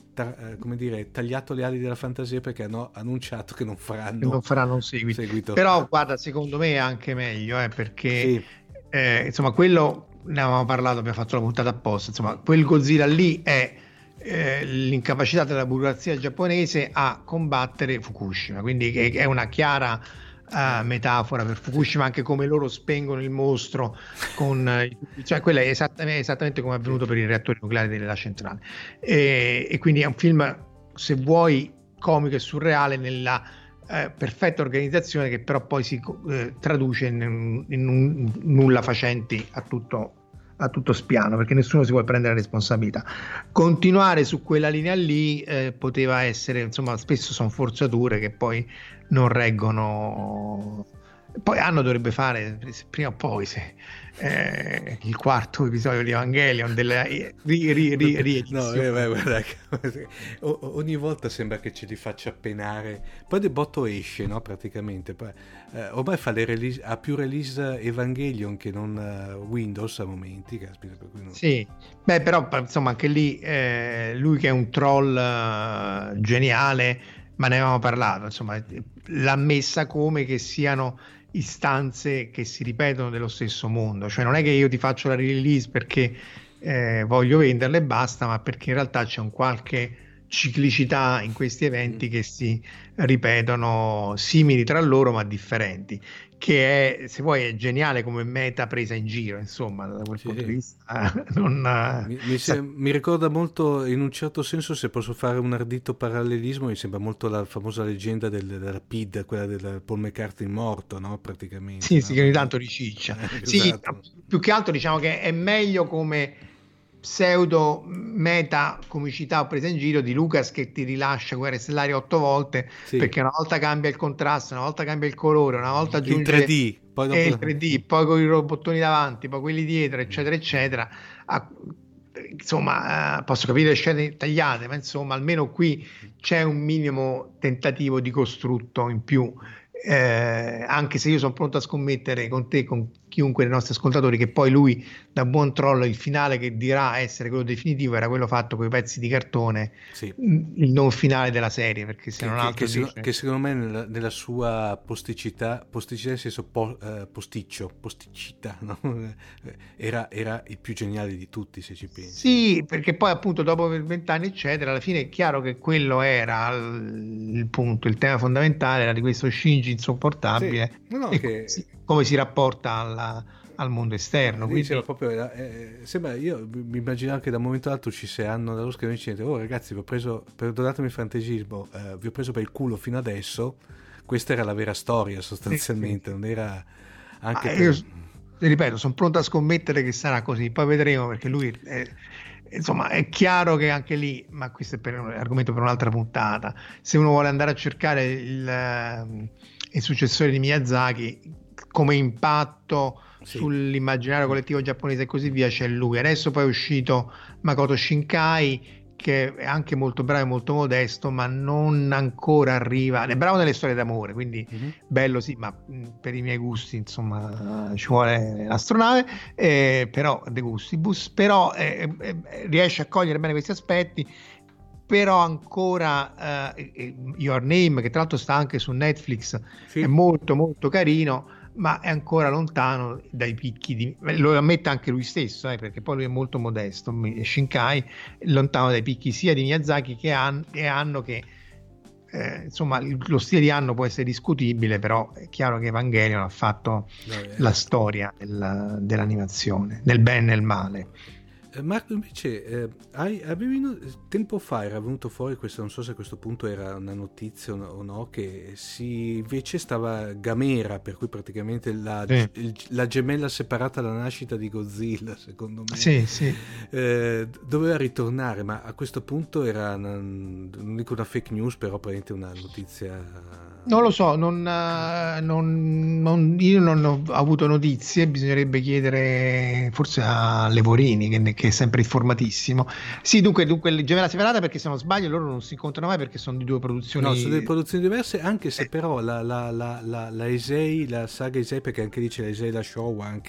tagliato le ali della fantasia, perché hanno annunciato che non faranno un seguito. Però guarda, secondo me è anche meglio, perché insomma, quello ne avevamo parlato, abbiamo fatto la puntata apposta, insomma, quel Godzilla lì è l'incapacità della burocrazia giapponese a combattere Fukushima, quindi è una chiara metafora per Fukushima, anche come loro spengono il mostro cioè quella è esattamente come è avvenuto per i reattori nucleari della centrale, e quindi è un film, se vuoi, comico e surreale nella perfetta organizzazione, che però poi si traduce in un nulla facenti a tutto spiano, perché nessuno si vuole prendere la responsabilità. Continuare su quella linea lì poteva essere, insomma, spesso sono forzature che poi non reggono Poi Anno dovrebbe fare prima o poi il quarto episodio di Evangelion della riedizione. Guarda, ogni volta sembra che ce li faccia penare. Poi di botto esce, no? Praticamente. Poi, ormai fa le release, ha più release Evangelion che non Windows a momenti. Caspita, per cui non... Sì, beh, però insomma anche lì lui che è un troll geniale, ma ne avevamo parlato, insomma, l'ha messa come che siano istanze che si ripetono dello stesso mondo, cioè non è che io ti faccio la release perché voglio venderle e basta, ma perché in realtà c'è un qualche ciclicità in questi eventi che si ripetono, simili tra loro ma differenti, che è, se vuoi, è geniale come meta presa in giro, insomma, da quel punto di vista mi ricorda molto, in un certo senso, se posso fare un ardito parallelismo, mi sembra molto la famosa leggenda della PID, quella del Paul McCartney morto, no? Praticamente. Sì, no? sì, che ogni tanto riciccia. Sì, esatto. Più che altro diciamo che è meglio come pseudo meta comicità o presa in giro di Lucas che ti rilascia Guerre Stellari 8 volte, perché una volta cambia il contrasto, una volta cambia il colore, una volta aggiunge il 3D, poi dopo... il 3D, poi con i robottoni davanti, poi quelli dietro, eccetera eccetera. Insomma, posso capire le scene tagliate, ma insomma almeno qui c'è un minimo tentativo di costrutto in più, anche se io sono pronto a scommettere con te, con chiunque dei nostri ascoltatori, che poi lui, da buon troll, il finale che dirà essere quello definitivo era quello fatto con i pezzi di cartone, il non finale della serie, perché se non altro che secondo me nella sua posticità nel senso posticità, no? era il più geniale di tutti, se ci pensi. Sì, perché poi appunto dopo 20 anni eccetera, alla fine è chiaro che quello era il punto, il tema fondamentale era di questo Shinji insopportabile, come si rapporta al mondo esterno. Quindi proprio, sembra, io mi immaginavo che da un momento all'altro uscisse Anno dallo schermo dicendo: oh ragazzi, vi ho preso, perdonatemi il frantesismo, vi ho preso per il culo fino adesso. Questa era la vera storia, sostanzialmente. Non era anche io ripeto, sono pronto a scommettere che sarà così, poi vedremo, perché lui insomma è chiaro che anche lì, ma questo è un argomento per un'altra puntata, se uno vuole andare a cercare il successore di Miyazaki come impatto sull'immaginario collettivo giapponese e così via, c'è lui. Adesso poi è uscito Makoto Shinkai, che è anche molto bravo e molto modesto, ma non ancora arriva, è bravo nelle storie d'amore, quindi bello sì, ma per i miei gusti insomma ci vuole l'astronave, però De Gustibus, però riesce a cogliere bene questi aspetti. Però ancora Your Name, che tra l'altro sta anche su Netflix, è molto molto carino, ma è ancora lontano dai picchi lo ammette anche lui stesso, perché poi lui è molto modesto, Shinkai è lontano dai picchi sia di Miyazaki che Anno, che insomma lo stile di Anno può essere discutibile, però è chiaro che Evangelion ha fatto la storia dell'animazione, nel bene e nel male. Marco, invece, tempo fa era venuto fuori questo, non so se a questo punto era una notizia o no, che invece stava Gamera, per cui praticamente la gemella separata dalla nascita di Godzilla, secondo me, doveva ritornare, ma a questo punto era non dico una fake news, però praticamente una notizia. Non lo so, io non ho avuto notizie, bisognerebbe chiedere forse a Levorini, che è sempre informatissimo. Sì, dunque Gemella separata, perché se non sbaglio loro non si incontrano mai, perché sono di due produzioni. No, sono due produzioni diverse, anche se però la Heisei, la saga Heisei, perché anche lì c'è la Heisei, la Showa, anche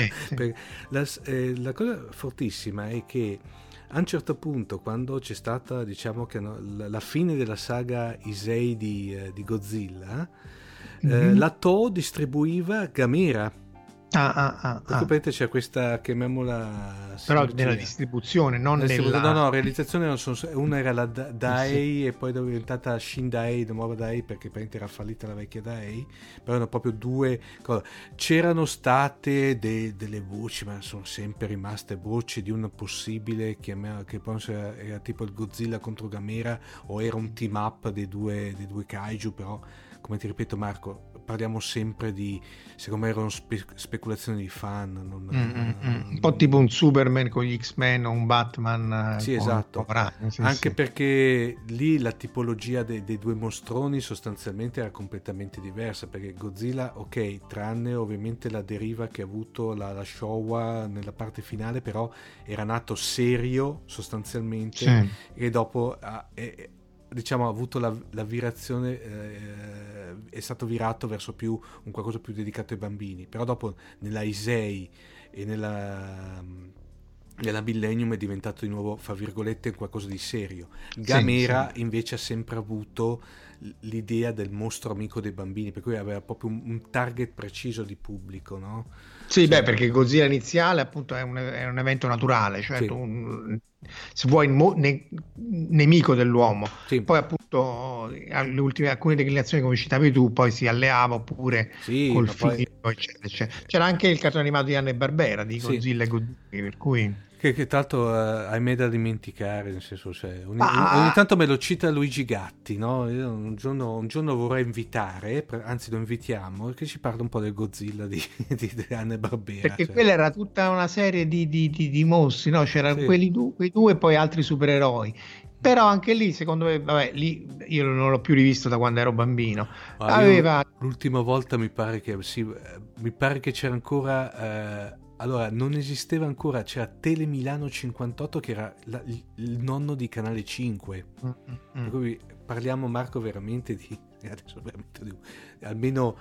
la cosa fortissima è che a un certo punto, quando c'è stata, diciamo, che la fine della saga Heisei di Godzilla, la Toho distribuiva Gamera. Praticamente c'è questa, chiamiamola, però nella distribuzione, non nella... No, realizzazione non sono, una era la Dai e poi è diventata Shindai, la nuova Dai, perché praticamente era fallita la vecchia Dai, però erano proprio due cose. C'erano state delle voci, ma sono sempre rimaste voci di un possibile che poi era tipo il Godzilla contro Gamera, o era un team up dei due kaiju, però come ti ripeto Marco, parliamo sempre di, secondo me erano speculazioni di fan, un po' tipo un Superman con gli X-Men o un Batman sì, esatto. Anche perché lì la tipologia dei due mostroni sostanzialmente era completamente diversa, perché Godzilla, ok, tranne ovviamente la deriva che ha avuto la Showa nella parte finale, però era nato serio sostanzialmente, e dopo diciamo ha avuto la virazione, è stato virato verso più un qualcosa più dedicato ai bambini, però dopo nella Heisei e nella Millennium è diventato di nuovo, fra virgolette, qualcosa di serio. Gamera invece ha sempre avuto l'idea del mostro amico dei bambini, per cui aveva proprio un target preciso di pubblico, no? Sì, beh, perché Godzilla iniziale appunto è un evento naturale, cioè se vuoi nemico dell'uomo, poi appunto alle ultime, alcune declinazioni come citavi tu, poi si alleava oppure col figlio, eccetera. C'era anche il cartone animato di Hanna-Barbera di Godzilla e Godzilla, per cui che tra l'altro ahimè da dimenticare, nel senso, cioè, ogni tanto me lo cita Luigi Gatti, no? Io un giorno vorrei invitare, anzi lo invitiamo, che ci parla un po' del Godzilla di Hanna-Barbera, perché quella era tutta una serie di mostri, no? C'erano quei due e poi altri supereroi. Però anche lì, secondo me, vabbè, lì io non l'ho più rivisto da quando ero bambino. L'ultima volta mi pare che c'era ancora allora non esisteva ancora, c'era Tele Milano 58 che era il nonno di Canale 5. Per cui parliamo, Marco, veramente di almeno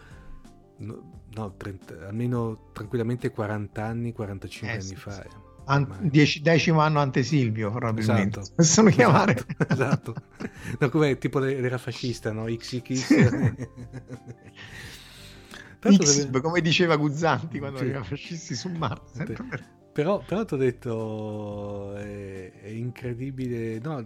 almeno tranquillamente 40 anni, 45 anni fa. 10° anno ante Silvio, probabilmente. Esatto. Possono chiamare. Esatto. No, come tipo l'era fascista, no? XX. Come diceva Guzzanti quando aveva fascisti su Marte. Però ti ho detto è incredibile, no?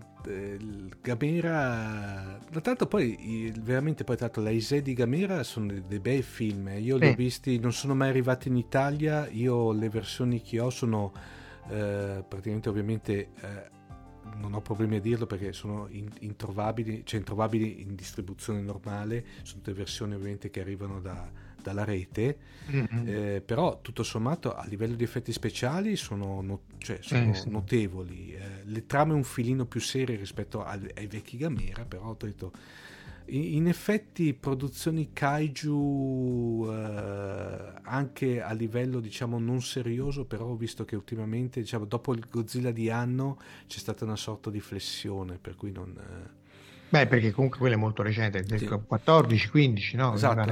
Gamera, tanto poi veramente, poi tanto la Heisei di Gamera sono dei bei film, io li ho visti, non sono mai arrivati in Italia, io le versioni che ho sono praticamente, ovviamente non ho problemi a dirlo perché sono introvabili in distribuzione normale, sono tutte versioni ovviamente che arrivano dalla rete, però tutto sommato a livello di effetti speciali sono notevoli, le trame un filino più serie rispetto ai vecchi Gamera, però ho detto in effetti produzioni kaiju anche a livello diciamo non serioso, però ho visto che ultimamente, diciamo, dopo il Godzilla di anno c'è stata una sorta di flessione, per cui non beh, perché comunque quello è molto recente, 14-15, no? Esatto,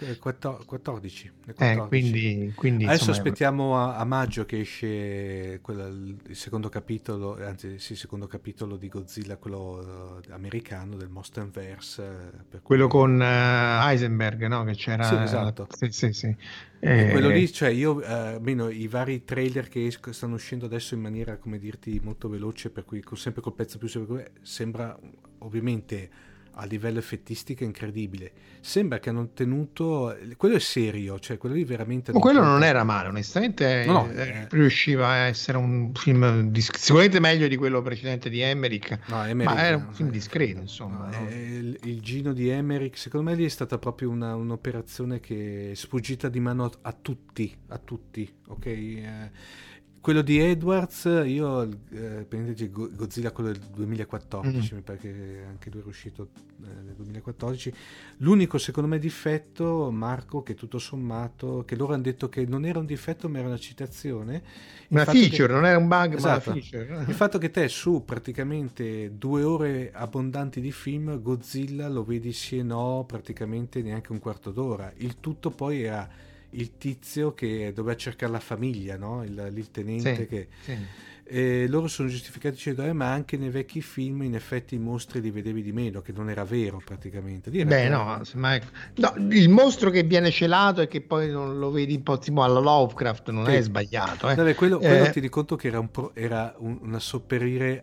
14. Quindi adesso aspettiamo a maggio che esce il secondo capitolo, anzi sì, il secondo capitolo di Godzilla, quello americano del Monsterverse. Quello con Heisenberg, no? Che c'era. Sì, esatto. Sì. Quello lì, cioè io almeno i vari trailer che stanno uscendo adesso in maniera, come dirti, molto veloce, per cui sempre col pezzo più sembra ovviamente a livello effettistico incredibile, sembra che hanno tenuto, quello è serio, cioè quello lì veramente quello non era male, onestamente. Riusciva a essere un film sicuramente meglio di quello precedente di Emmerich, ma era un film discreto, insomma. Il Gino di Emmerich, secondo me lì è stata proprio un'operazione che è sfuggita di mano a tutti, ok? Quello di Edwards, io Godzilla, quello del 2014, mi pare che anche lui è uscito nel 2014. L'unico secondo me difetto, Marco, che tutto sommato, che loro hanno detto che non era un difetto ma era una citazione, una feature, non era un bug, esatto, ma una feature. Il fatto che te su praticamente 2 ore abbondanti di film, Godzilla lo vedi sì e no praticamente neanche un quarto d'ora, il tutto poi era il tizio che doveva cercare la famiglia, no? Il tenente e loro sono giustificati dicendo ma anche nei vecchi film in effetti i mostri li vedevi di meno, che non era vero praticamente. No, il mostro che viene celato e che poi non lo vedi un po' tipo alla Lovecraft non è sbagliato. Quello ti di conto che era una sopperire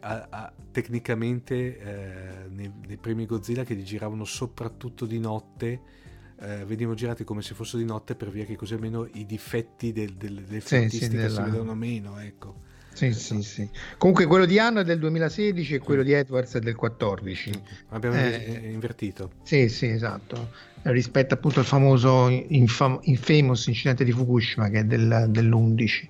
tecnicamente nei primi Godzilla, che li giravano soprattutto di notte, venivano girati come se fossero di notte, per via che così almeno i difetti delle effettistiche si vedono meno, ecco. Sì. Comunque quello di Anno è del 2016 e quello di Edwards è del 14. Abbiamo invertito. Sì, esatto. Rispetto appunto al famoso infamous incidente di Fukushima che è dell'11.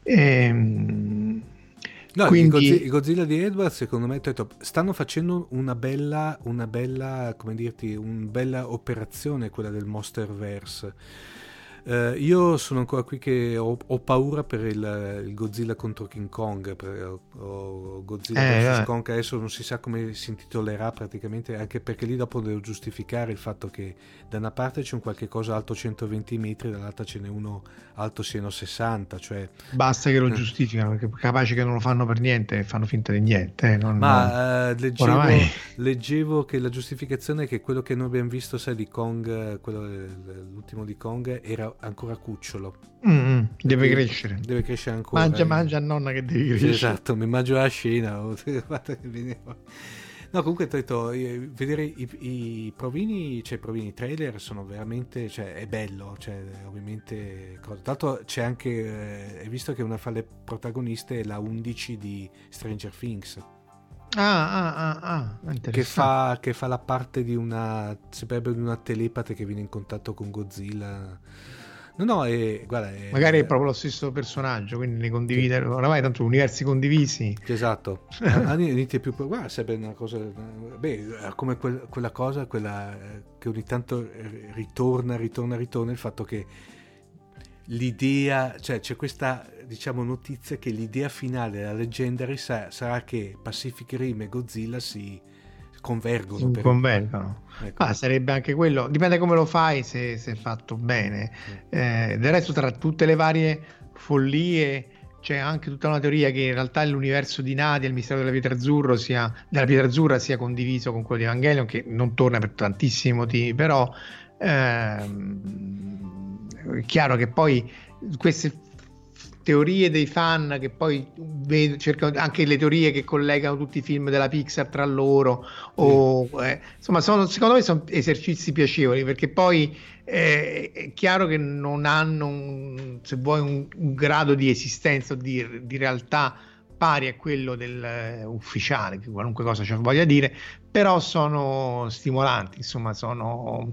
No, quindi... i Godzilla di Edwards, secondo me, stanno facendo una bella, come dirti, una bella operazione, quella del Monsterverse. Io sono ancora qui che ho paura per il Godzilla contro King Kong, o Godzilla vs Kong, adesso non si sa come si intitolerà praticamente, anche perché lì dopo devo giustificare il fatto che da una parte c'è un qualche cosa alto 120 metri, dall'altra ce n'è uno alto siano 60, cioè basta che lo giustificano, perché capaci che non lo fanno per niente, fanno finta di niente. Leggevo che la giustificazione è che quello che noi abbiamo visto, sai, di Kong, l'ultimo di Kong, era ancora cucciolo. Deve crescere ancora. Mangia a nonna che devi crescere. Esatto, mi mangio la scena. No, comunque ho detto, vedere i provini, cioè i provini trailer sono veramente, cioè è bello, cioè ovviamente tanto c'è anche hai visto che una fra le protagoniste è la 11 di Stranger Things. Che fa la parte di una telepate che viene in contatto con Godzilla. Guarda, magari è proprio lo stesso personaggio, quindi ne condivide, oramai tanto universi condivisi. Esatto. Guarda, sarebbe una cosa, come quella cosa, quella che ogni tanto ritorna il fatto che l'idea, cioè c'è questa, diciamo, notizia che l'idea finale della Legendary sarà che Pacific Rim e Godzilla si convergono. Ecco. Sarebbe anche quello, dipende come lo fai, se è fatto bene. Del resto, tra tutte le varie follie c'è anche tutta una teoria che in realtà l'universo di Nadia, il mistero della pietra azzurra sia condiviso con quello di Evangelion, che non torna per tantissimi motivi, però è chiaro che poi queste teorie dei fan, che poi cercano anche le teorie che collegano tutti i film della Pixar tra loro, insomma secondo me sono esercizi piacevoli, perché poi è chiaro che non hanno se vuoi un grado di esistenza o di realtà pari a quello del ufficiale, che qualunque cosa ci voglia dire, però sono stimolanti, insomma sono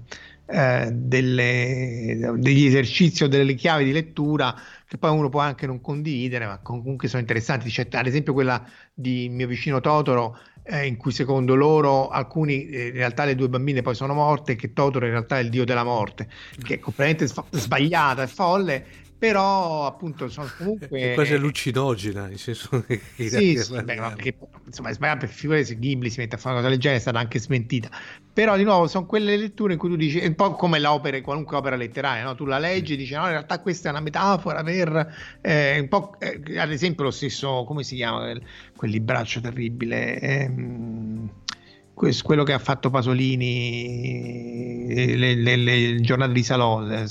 degli esercizi o delle chiavi di lettura che poi uno può anche non condividere, ma comunque sono interessanti. C'è ad esempio quella di Mio vicino Totoro, in cui secondo loro alcuni in realtà le due bambine poi sono morte, che Totoro in realtà è il dio della morte, che è completamente sbagliata, è folle, però appunto sono comunque è quasi allucinogena, nel senso che perché insomma è sbagliato, perché figurati se Ghibli si mette a fare una cosa del genere, è stata anche smentita, però di nuovo sono quelle letture in cui tu dici, è un po' come qualunque opera letteraria, no? Tu la leggi e dici no, in realtà questa è una metafora per un po' ad esempio lo stesso, come si chiama quel libraccio terribile, quello che ha fatto Pasolini, le giornate di Salò, le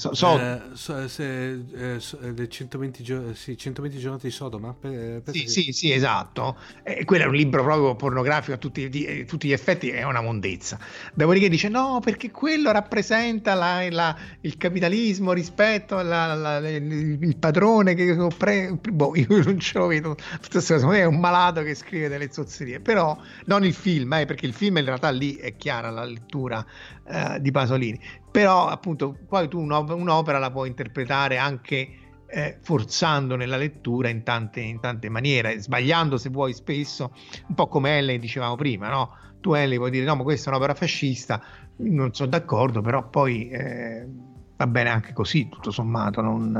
120 giornate di Sodoma. Sì, esatto. Quello è un libro proprio pornografico a tutti gli effetti, è una mondezza. Dopodiché dice no, perché quello rappresenta il capitalismo rispetto il padrone che io non ce lo vedo. Secondo me è un malato che scrive delle zozzerie, però non il film, perché il film in realtà lì è chiara la lettura di Pasolini, però appunto poi tu un'opera la puoi interpretare anche forzando nella lettura in tante maniere, sbagliando se vuoi spesso, un po' come Helen dicevamo prima, no? Tu Helen puoi dire no, ma questa è un'opera fascista, non sono d'accordo, però poi va bene anche così, tutto sommato.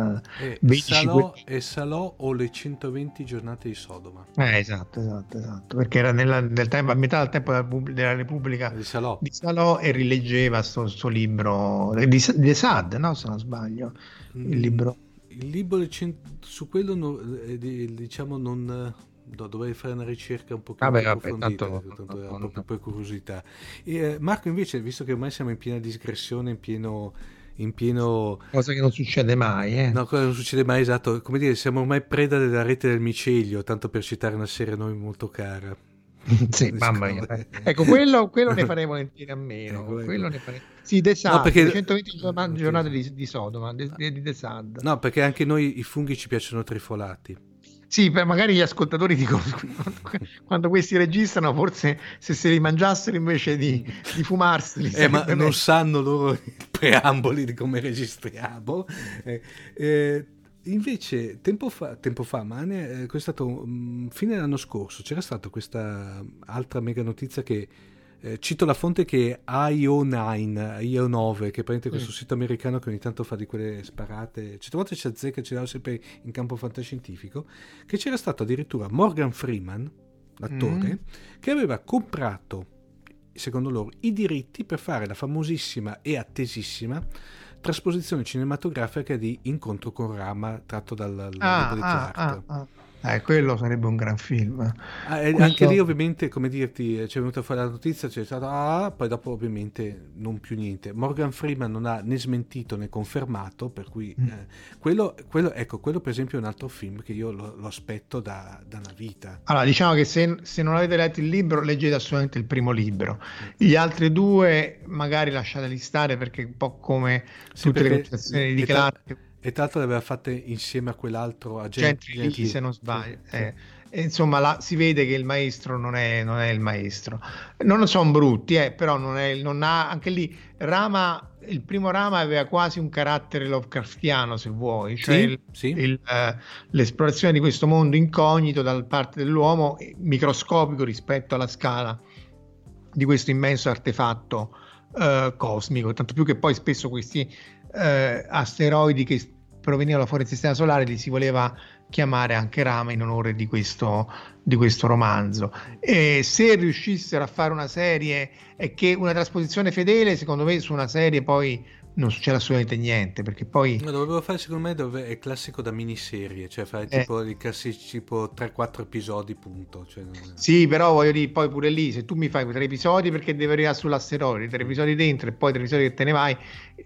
Salò o le 120 giornate di Sodoma. Esatto, perché era nel tempo, a metà del tempo della Repubblica di Salò e rileggeva sto libro di Sade, no? Se non sbaglio, il libro su quello diciamo non dovrei fare una ricerca un po' più approfondita, tanto per curiosità. Marco, invece, visto che ormai siamo in piena digressione, in pieno cosa che non succede mai, no, cosa non succede mai, esatto, come dire, siamo ormai preda della rete del micelio, tanto per citare una serie a noi molto cara. Sì, mamma mia. Ecco, quello ne farei volentieri a meno. Quello ne farei. Sì, The Sad, no, perché 120 giornate di Sodoma, di The Sad. No, perché anche noi i funghi ci piacciono trifolati. Sì, magari gli ascoltatori dicono quando questi registrano, forse se li mangiassero invece di fumarseli. Ma non sanno loro i preamboli di come registriamo. Invece tempo fa, ma è stato fine dell'anno scorso, c'era stata questa altra mega notizia che cito la fonte che è IO9, che è praticamente questo sito americano che ogni tanto fa di quelle sparate, certe volte ci azzecca, ci dava sempre in campo fantascientifico, che c'era stato addirittura Morgan Freeman, l'attore, che aveva comprato, secondo loro, i diritti per fare la famosissima e attesissima trasposizione cinematografica di Incontro con Rama, tratto dal libro di Clark. Quello sarebbe un gran film. Anche lì ovviamente, come dirti, c'è venuta fuori la notizia, c'è stato poi dopo ovviamente non più niente. Morgan Freeman non ha né smentito né confermato, per cui quello per esempio è un altro film che io lo aspetto da una vita. Allora, diciamo che se non avete letto il libro, leggete assolutamente il primo libro. Gli altri due magari lasciateli stare, perché è un po' come tutte le concezioni di Clark. E tra l'altro le aveva fatte insieme a quell'altro Gentry Lee, se non sbaglio. Insomma, si vede che il maestro non è il maestro. Non sono brutti, però non ha anche lì Rama. Il primo Rama aveva quasi un carattere Lovecraftiano, se vuoi, cioè l'esplorazione di questo mondo incognito da parte dell'uomo, microscopico rispetto alla scala di questo immenso artefatto cosmico, tanto più che poi spesso questi asteroidi che provenivano fuori dal sistema solare li si voleva chiamare anche Rama in onore di questo romanzo. E se riuscissero a fare una serie, è che una trasposizione fedele, secondo me, su una serie poi non succede assolutamente niente, perché poi dovrebbero fare, secondo me, dove è classico da miniserie, cioè fare tipo i classici tipo 3-4 episodi, punto. Sì, però voglio dire, poi pure lì, se tu mi fai 3 episodi perché deve arrivare sull'asteroide, 3 episodi dentro e poi 3 episodi che te ne vai,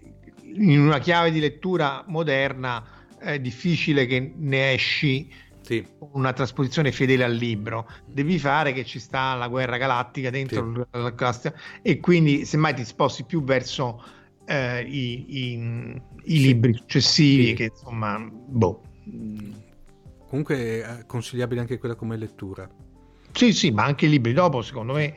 in una chiave di lettura moderna è difficile che ne esci una trasposizione fedele al libro. Devi fare che ci sta la guerra galattica dentro e quindi semmai ti sposti più verso i libri successivi, che insomma comunque è consigliabile anche quella come lettura. Sì, ma anche i libri dopo, secondo me.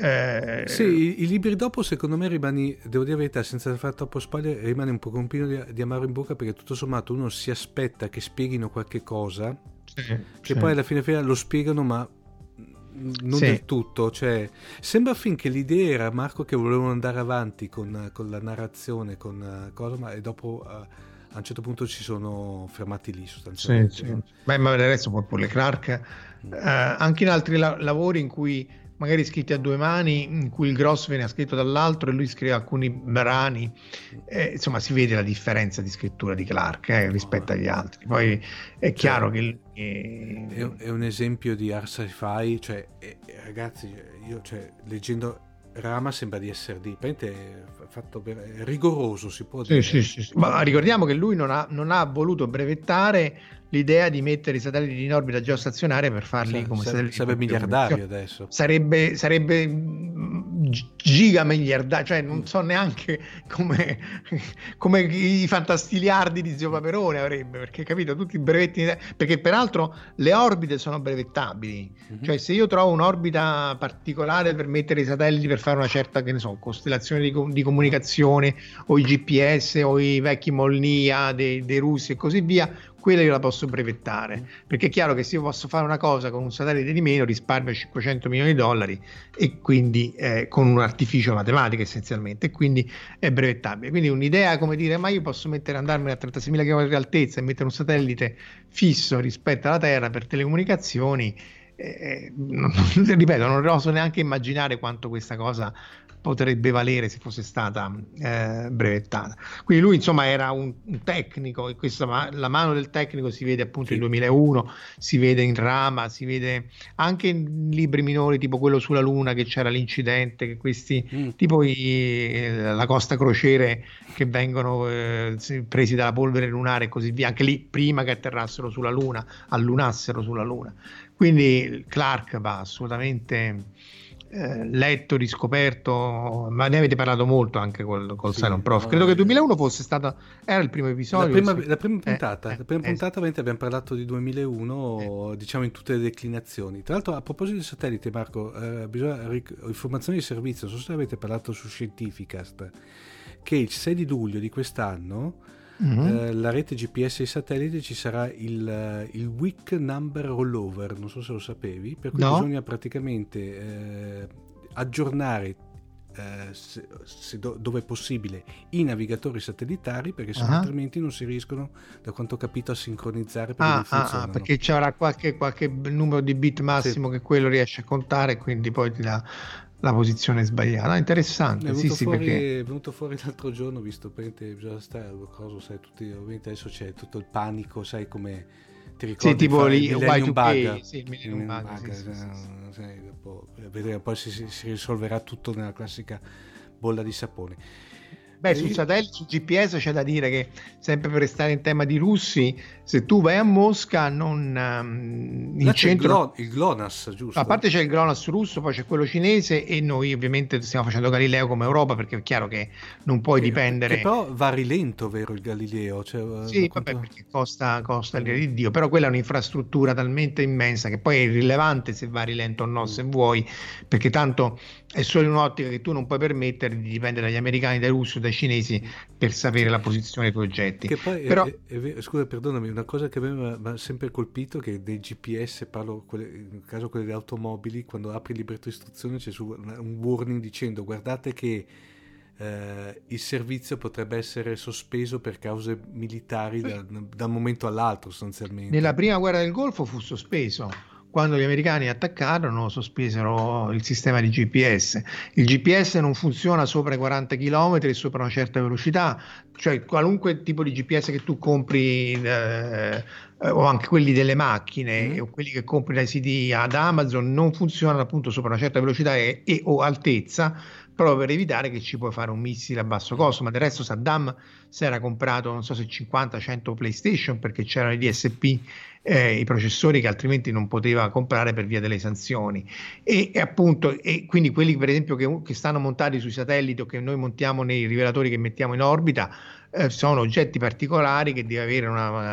I libri dopo, secondo me, rimani, devo dire la verità, senza fare troppo spoiler, rimane un po' un pino di amaro in bocca, perché tutto sommato uno si aspetta che spieghino qualche cosa che poi alla fine lo spiegano, ma non del tutto. Cioè, sembra finché l'idea era, Marco, che volevano andare avanti con la narrazione, con cosa, ma e dopo a un certo punto si sono fermati lì sostanzialmente. Ma del resto poi Clark anche in altri lavori in cui magari scritti a 2 mani, in cui il grosso viene scritto dall'altro e lui scrive alcuni brani, insomma si vede la differenza di scrittura di Clark rispetto agli altri. Poi è chiaro che è un esempio di art sci-fi, cioè ragazzi, io leggendo Rama sembra di essere fatto rigoroso, si può dire. Sì. Ma ricordiamo che lui non ha voluto brevettare l'idea di mettere i satelliti in orbita geostazionaria per farli come satelliti. Sarebbe miliardario adesso. Sarebbe gigamiliardario, cioè non so neanche come i fantastiliardi di Zio Paperone avrebbe, perché capito, tutti i brevetti, perché peraltro le orbite sono brevettabili, cioè se io trovo un'orbita particolare per mettere i satelliti per fare una certa, che ne so, costellazione di comunicazione, o i GPS o i vecchi Molnia dei russi e così via, quella io la posso brevettare, perché è chiaro che se io posso fare una cosa con un satellite di meno risparmio $500 milioni e quindi con un artificio matematico essenzialmente, e quindi è brevettabile. Quindi un'idea come dire, ma io posso andarmene a 36.000 km di altezza e mettere un satellite fisso rispetto alla Terra per telecomunicazioni, ripeto, non oso neanche immaginare quanto questa cosa potrebbe valere se fosse stata brevettata. Quindi lui insomma era un tecnico, e la mano del tecnico si vede appunto nel 2001, si vede in Rama, si vede anche in libri minori tipo quello sulla Luna, che c'era l'incidente, che questi tipo la Costa Crociere che vengono presi dalla polvere lunare e così via, anche lì prima che atterrassero sulla Luna, allunassero sulla Luna. Quindi Clark va assolutamente letto, riscoperto, ma ne avete parlato molto anche col Sì, Silent Prof. no, Credo che il 2001 fosse stato, era il primo episodio. la prima puntata, veramente abbiamo parlato di 2001, diciamo in tutte le declinazioni. Tra l'altro, a proposito di satellite, Marco, informazioni di servizio, non so se avete parlato su Scientificast, che il 6 di luglio di quest'anno la rete GPS e i satelliti ci sarà il Week Number Rollover, non so se lo sapevi, per cui bisogna praticamente aggiornare dove è possibile i navigatori satellitari, perché se altrimenti non si riescono, da quanto ho capito, a sincronizzare, perché non funzionano. Perché c'era qualche numero di bit massimo che quello riesce a contare, quindi poi ti dà la posizione sbagliata. Interessante. È venuto fuori l'altro giorno, visto che bisogna stare tutti, ovviamente adesso c'è tutto il panico, sai come ti ricordi, tipo lì Millennium Bug, vedere poi si risolverà tutto nella classica bolla di sapone. Sul satellite, su GPS c'è da dire che, sempre per restare in tema di russi, se tu vai a Mosca, non in centro il GLONASS, giusto? A parte c'è il GLONASS russo, poi c'è quello cinese, e noi ovviamente stiamo facendo Galileo come Europa, perché è chiaro che non puoi dipendere. Che però va rilento, vero, il Galileo? Perché costa l'ira di Dio, però quella è un'infrastruttura talmente immensa che poi è irrilevante se va rilento o no, se vuoi, perché tanto è solo in un'ottica che tu non puoi permettere di dipendere dagli americani, dai russi o dai cinesi per sapere la posizione dei tuoi oggetti. Che poi però scusa, perdonami, una cosa che a me mi ha sempre colpito, che dei GPS, parlo nel caso quelle delle automobili, quando apri il libretto di istruzione c'è un warning dicendo: guardate che il servizio potrebbe essere sospeso per cause militari da un momento all'altro, sostanzialmente. Nella prima guerra del Golfo fu sospeso. Quando gli americani attaccarono, sospesero il sistema di GPS. Il GPS non funziona sopra i 40 km e sopra una certa velocità, cioè qualunque tipo di GPS che tu compri, o anche quelli delle macchine, o quelli che compri dai siti ad Amazon, non funzionano appunto sopra una certa velocità e o altezza, proprio per evitare che ci puoi fare un missile a basso costo. Ma del resto Saddam si era comprato, non so se 50-100 PlayStation, perché c'erano i DSP, i processori che altrimenti non poteva comprare per via delle sanzioni, e quindi quelli per esempio che stanno montati sui satelliti o che noi montiamo nei rivelatori che mettiamo in orbita, sono oggetti particolari che devi avere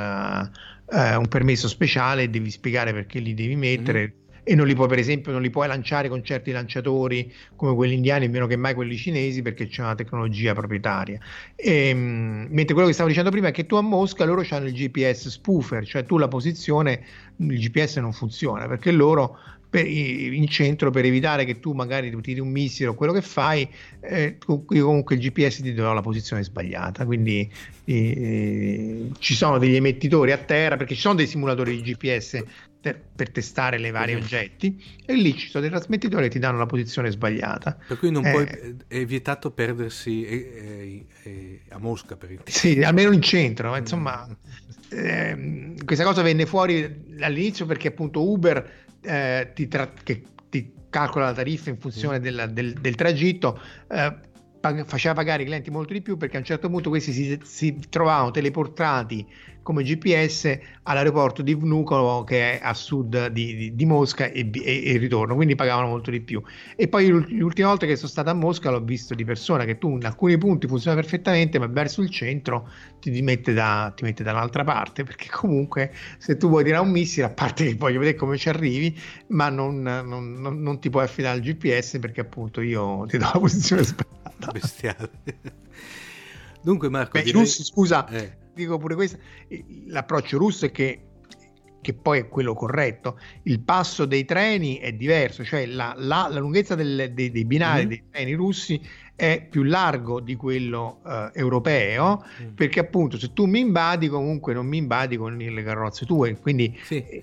un permesso speciale e devi spiegare perché li devi mettere. E non li puoi, per esempio, non li puoi lanciare con certi lanciatori come quelli indiani, meno che mai quelli cinesi, perché c'è una tecnologia proprietaria. Mentre quello che stavo dicendo prima è che tu a Mosca loro hanno il GPS spoofer, cioè tu la posizione, il GPS non funziona, perché loro in centro, per evitare che tu magari tiri un missile o quello che fai, comunque il GPS ti dà la posizione sbagliata, quindi ci sono degli emettitori a terra, perché ci sono dei simulatori di GPS per testare le varie oggetti, e lì ci sono dei trasmettitori che ti danno la posizione sbagliata, per cui non puoi, è vietato perdersi a Mosca, per intendere. Sì, almeno in centro, insomma. Questa cosa venne fuori all'inizio perché appunto Uber che ti calcola la tariffa in funzione del tragitto, faceva pagare i clienti molto di più, perché a un certo punto questi si trovavano teleportati come GPS all'aeroporto di Vnukovo, che è a sud di Mosca, e il ritorno, quindi pagavano molto di più. E poi l'ultima volta che sono stato a Mosca l'ho visto di persona, che tu in alcuni punti funziona perfettamente, ma verso il centro ti mette dall'altra parte, perché comunque se tu vuoi tirare un missile, a parte che voglio vedere come ci arrivi, ma non ti puoi affidare al GPS, perché appunto io ti do la posizione sbagliata. Bestiale. Dunque Marco, i russi, scusa, dico pure questo, l'approccio russo è che poi è quello corretto. Il passo dei treni è diverso, cioè la lunghezza dei binari dei treni russi è più largo di quello europeo, perché appunto se tu mi invadi, comunque non mi invadi con le carrozze tue, quindi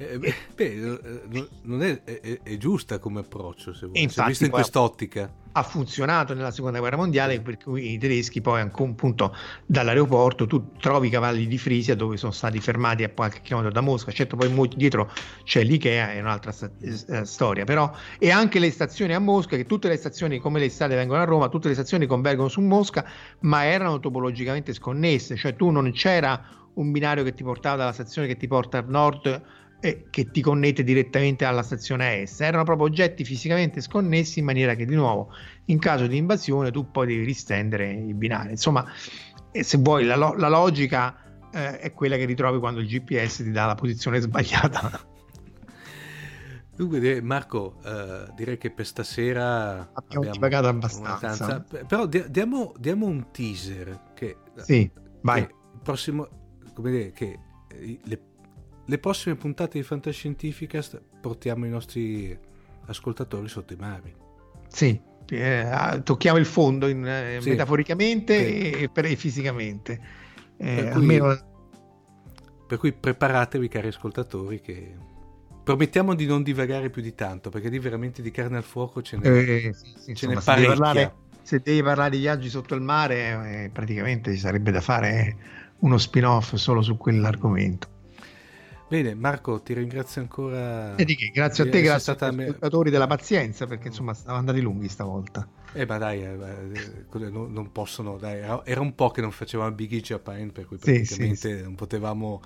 non è giusta come approccio, se vuoi, infatti, visto in quest'ottica. Ha funzionato nella seconda guerra mondiale, per cui i tedeschi poi appunto dall'aeroporto tu trovi i cavalli di Frisia, dove sono stati fermati a qualche chilometro da Mosca. Certo, poi dietro c'è l'Ikea, è un'altra storia, però, e anche le stazioni a Mosca, che tutte le stazioni, come le strade vengono a Roma, tutte le stazioni convergono su Mosca, ma erano topologicamente sconnesse, cioè tu non c'era un binario che ti portava dalla stazione che ti porta a nord che ti connette direttamente alla stazione S. Erano proprio oggetti fisicamente sconnessi, in maniera che, di nuovo, in caso di invasione tu poi devi ristendere i binari. Insomma, se vuoi, la logica è quella che ritrovi quando il GPS ti dà la posizione sbagliata. Dunque, Marco, direi che per stasera abbiamo divagato abbastanza. Però diamo un teaser che, sì, vai. Che il prossimo, come dire, che le prossime puntate di Fantascientificast portiamo i nostri ascoltatori sotto i mari. Sì, tocchiamo il fondo sì, metaforicamente e fisicamente. Per cui preparatevi, cari ascoltatori, che promettiamo di non divagare più di tanto, perché lì veramente di carne al fuoco ce n'è parecchia. Se devi parlare di viaggi sotto il mare, praticamente ci sarebbe da fare uno spin-off solo su quell'argomento. Bene, Marco, ti ringrazio ancora. E di che? Grazie a te, grazie agli ascoltatori della pazienza, perché insomma stavano andati lunghi stavolta. Ma dai, non possono, dai, era un po' che non facevamo Big in Japan, per cui praticamente non potevamo.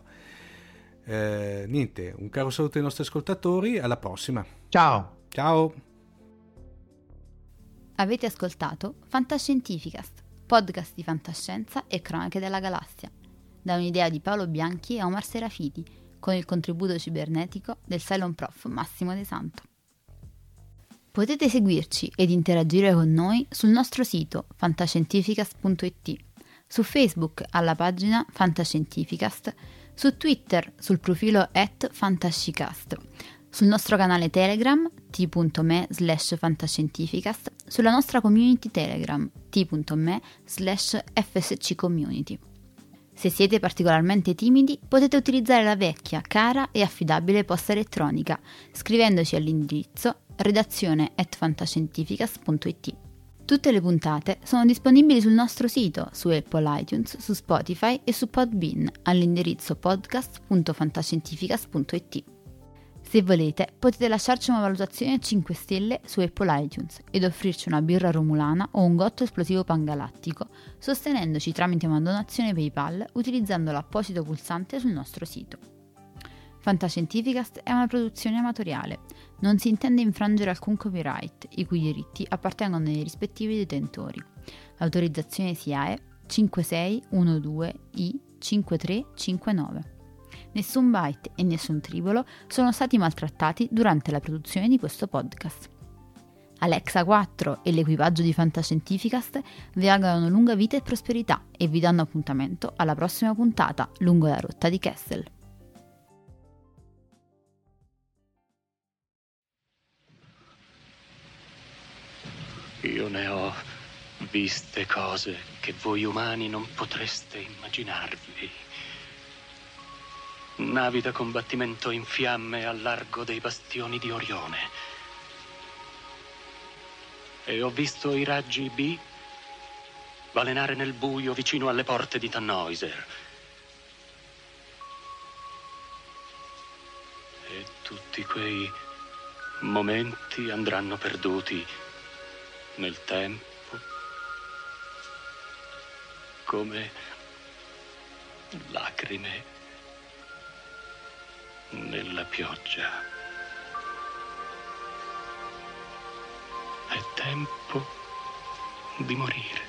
Niente, un caro saluto ai nostri ascoltatori, alla prossima. Ciao. Ciao. Avete ascoltato Fantascientificast, podcast di fantascienza e cronache della galassia, da un'idea di Paolo Bianchi e Omar Serafiti, con il contributo cibernetico del Cylon Prof Massimo De Santo. Potete seguirci ed interagire con noi sul nostro sito fantascientificast.it, su Facebook alla pagina Fantascientificast, su Twitter sul profilo @fantascicast, sul nostro canale Telegram t.me/fantascientificast, sulla nostra community Telegram t.me/fsccommunity. Se siete particolarmente timidi, potete utilizzare la vecchia, cara e affidabile posta elettronica, scrivendoci all'indirizzo redazione@fantascientificast.it. Tutte le puntate sono disponibili sul nostro sito, su Apple iTunes, su Spotify e su Podbean, all'indirizzo podcast.fantascientificast.it. Se volete, potete lasciarci una valutazione a 5 stelle su Apple iTunes ed offrirci una birra romulana o un gotto esplosivo pangalattico, sostenendoci tramite una donazione PayPal utilizzando l'apposito pulsante sul nostro sito. Fantascientificast è una produzione amatoriale. Non si intende infrangere alcun copyright, i cui diritti appartengono ai rispettivi detentori. L'autorizzazione SIAE 5612I5359. Nessun byte e nessun tribolo sono stati maltrattati durante la produzione di questo podcast. Alexa 4 e l'equipaggio di Fantascientificast vi augurano lunga vita e prosperità e vi danno appuntamento alla prossima puntata lungo la rotta di Kessel. Io ne ho viste cose che voi umani non potreste immaginarvi. Navi da combattimento in fiamme al largo dei bastioni di Orione. E ho visto i raggi B balenare nel buio vicino alle porte di Tannhäuser. E tutti quei momenti andranno perduti nel tempo, come lacrime nella pioggia. È tempo di morire.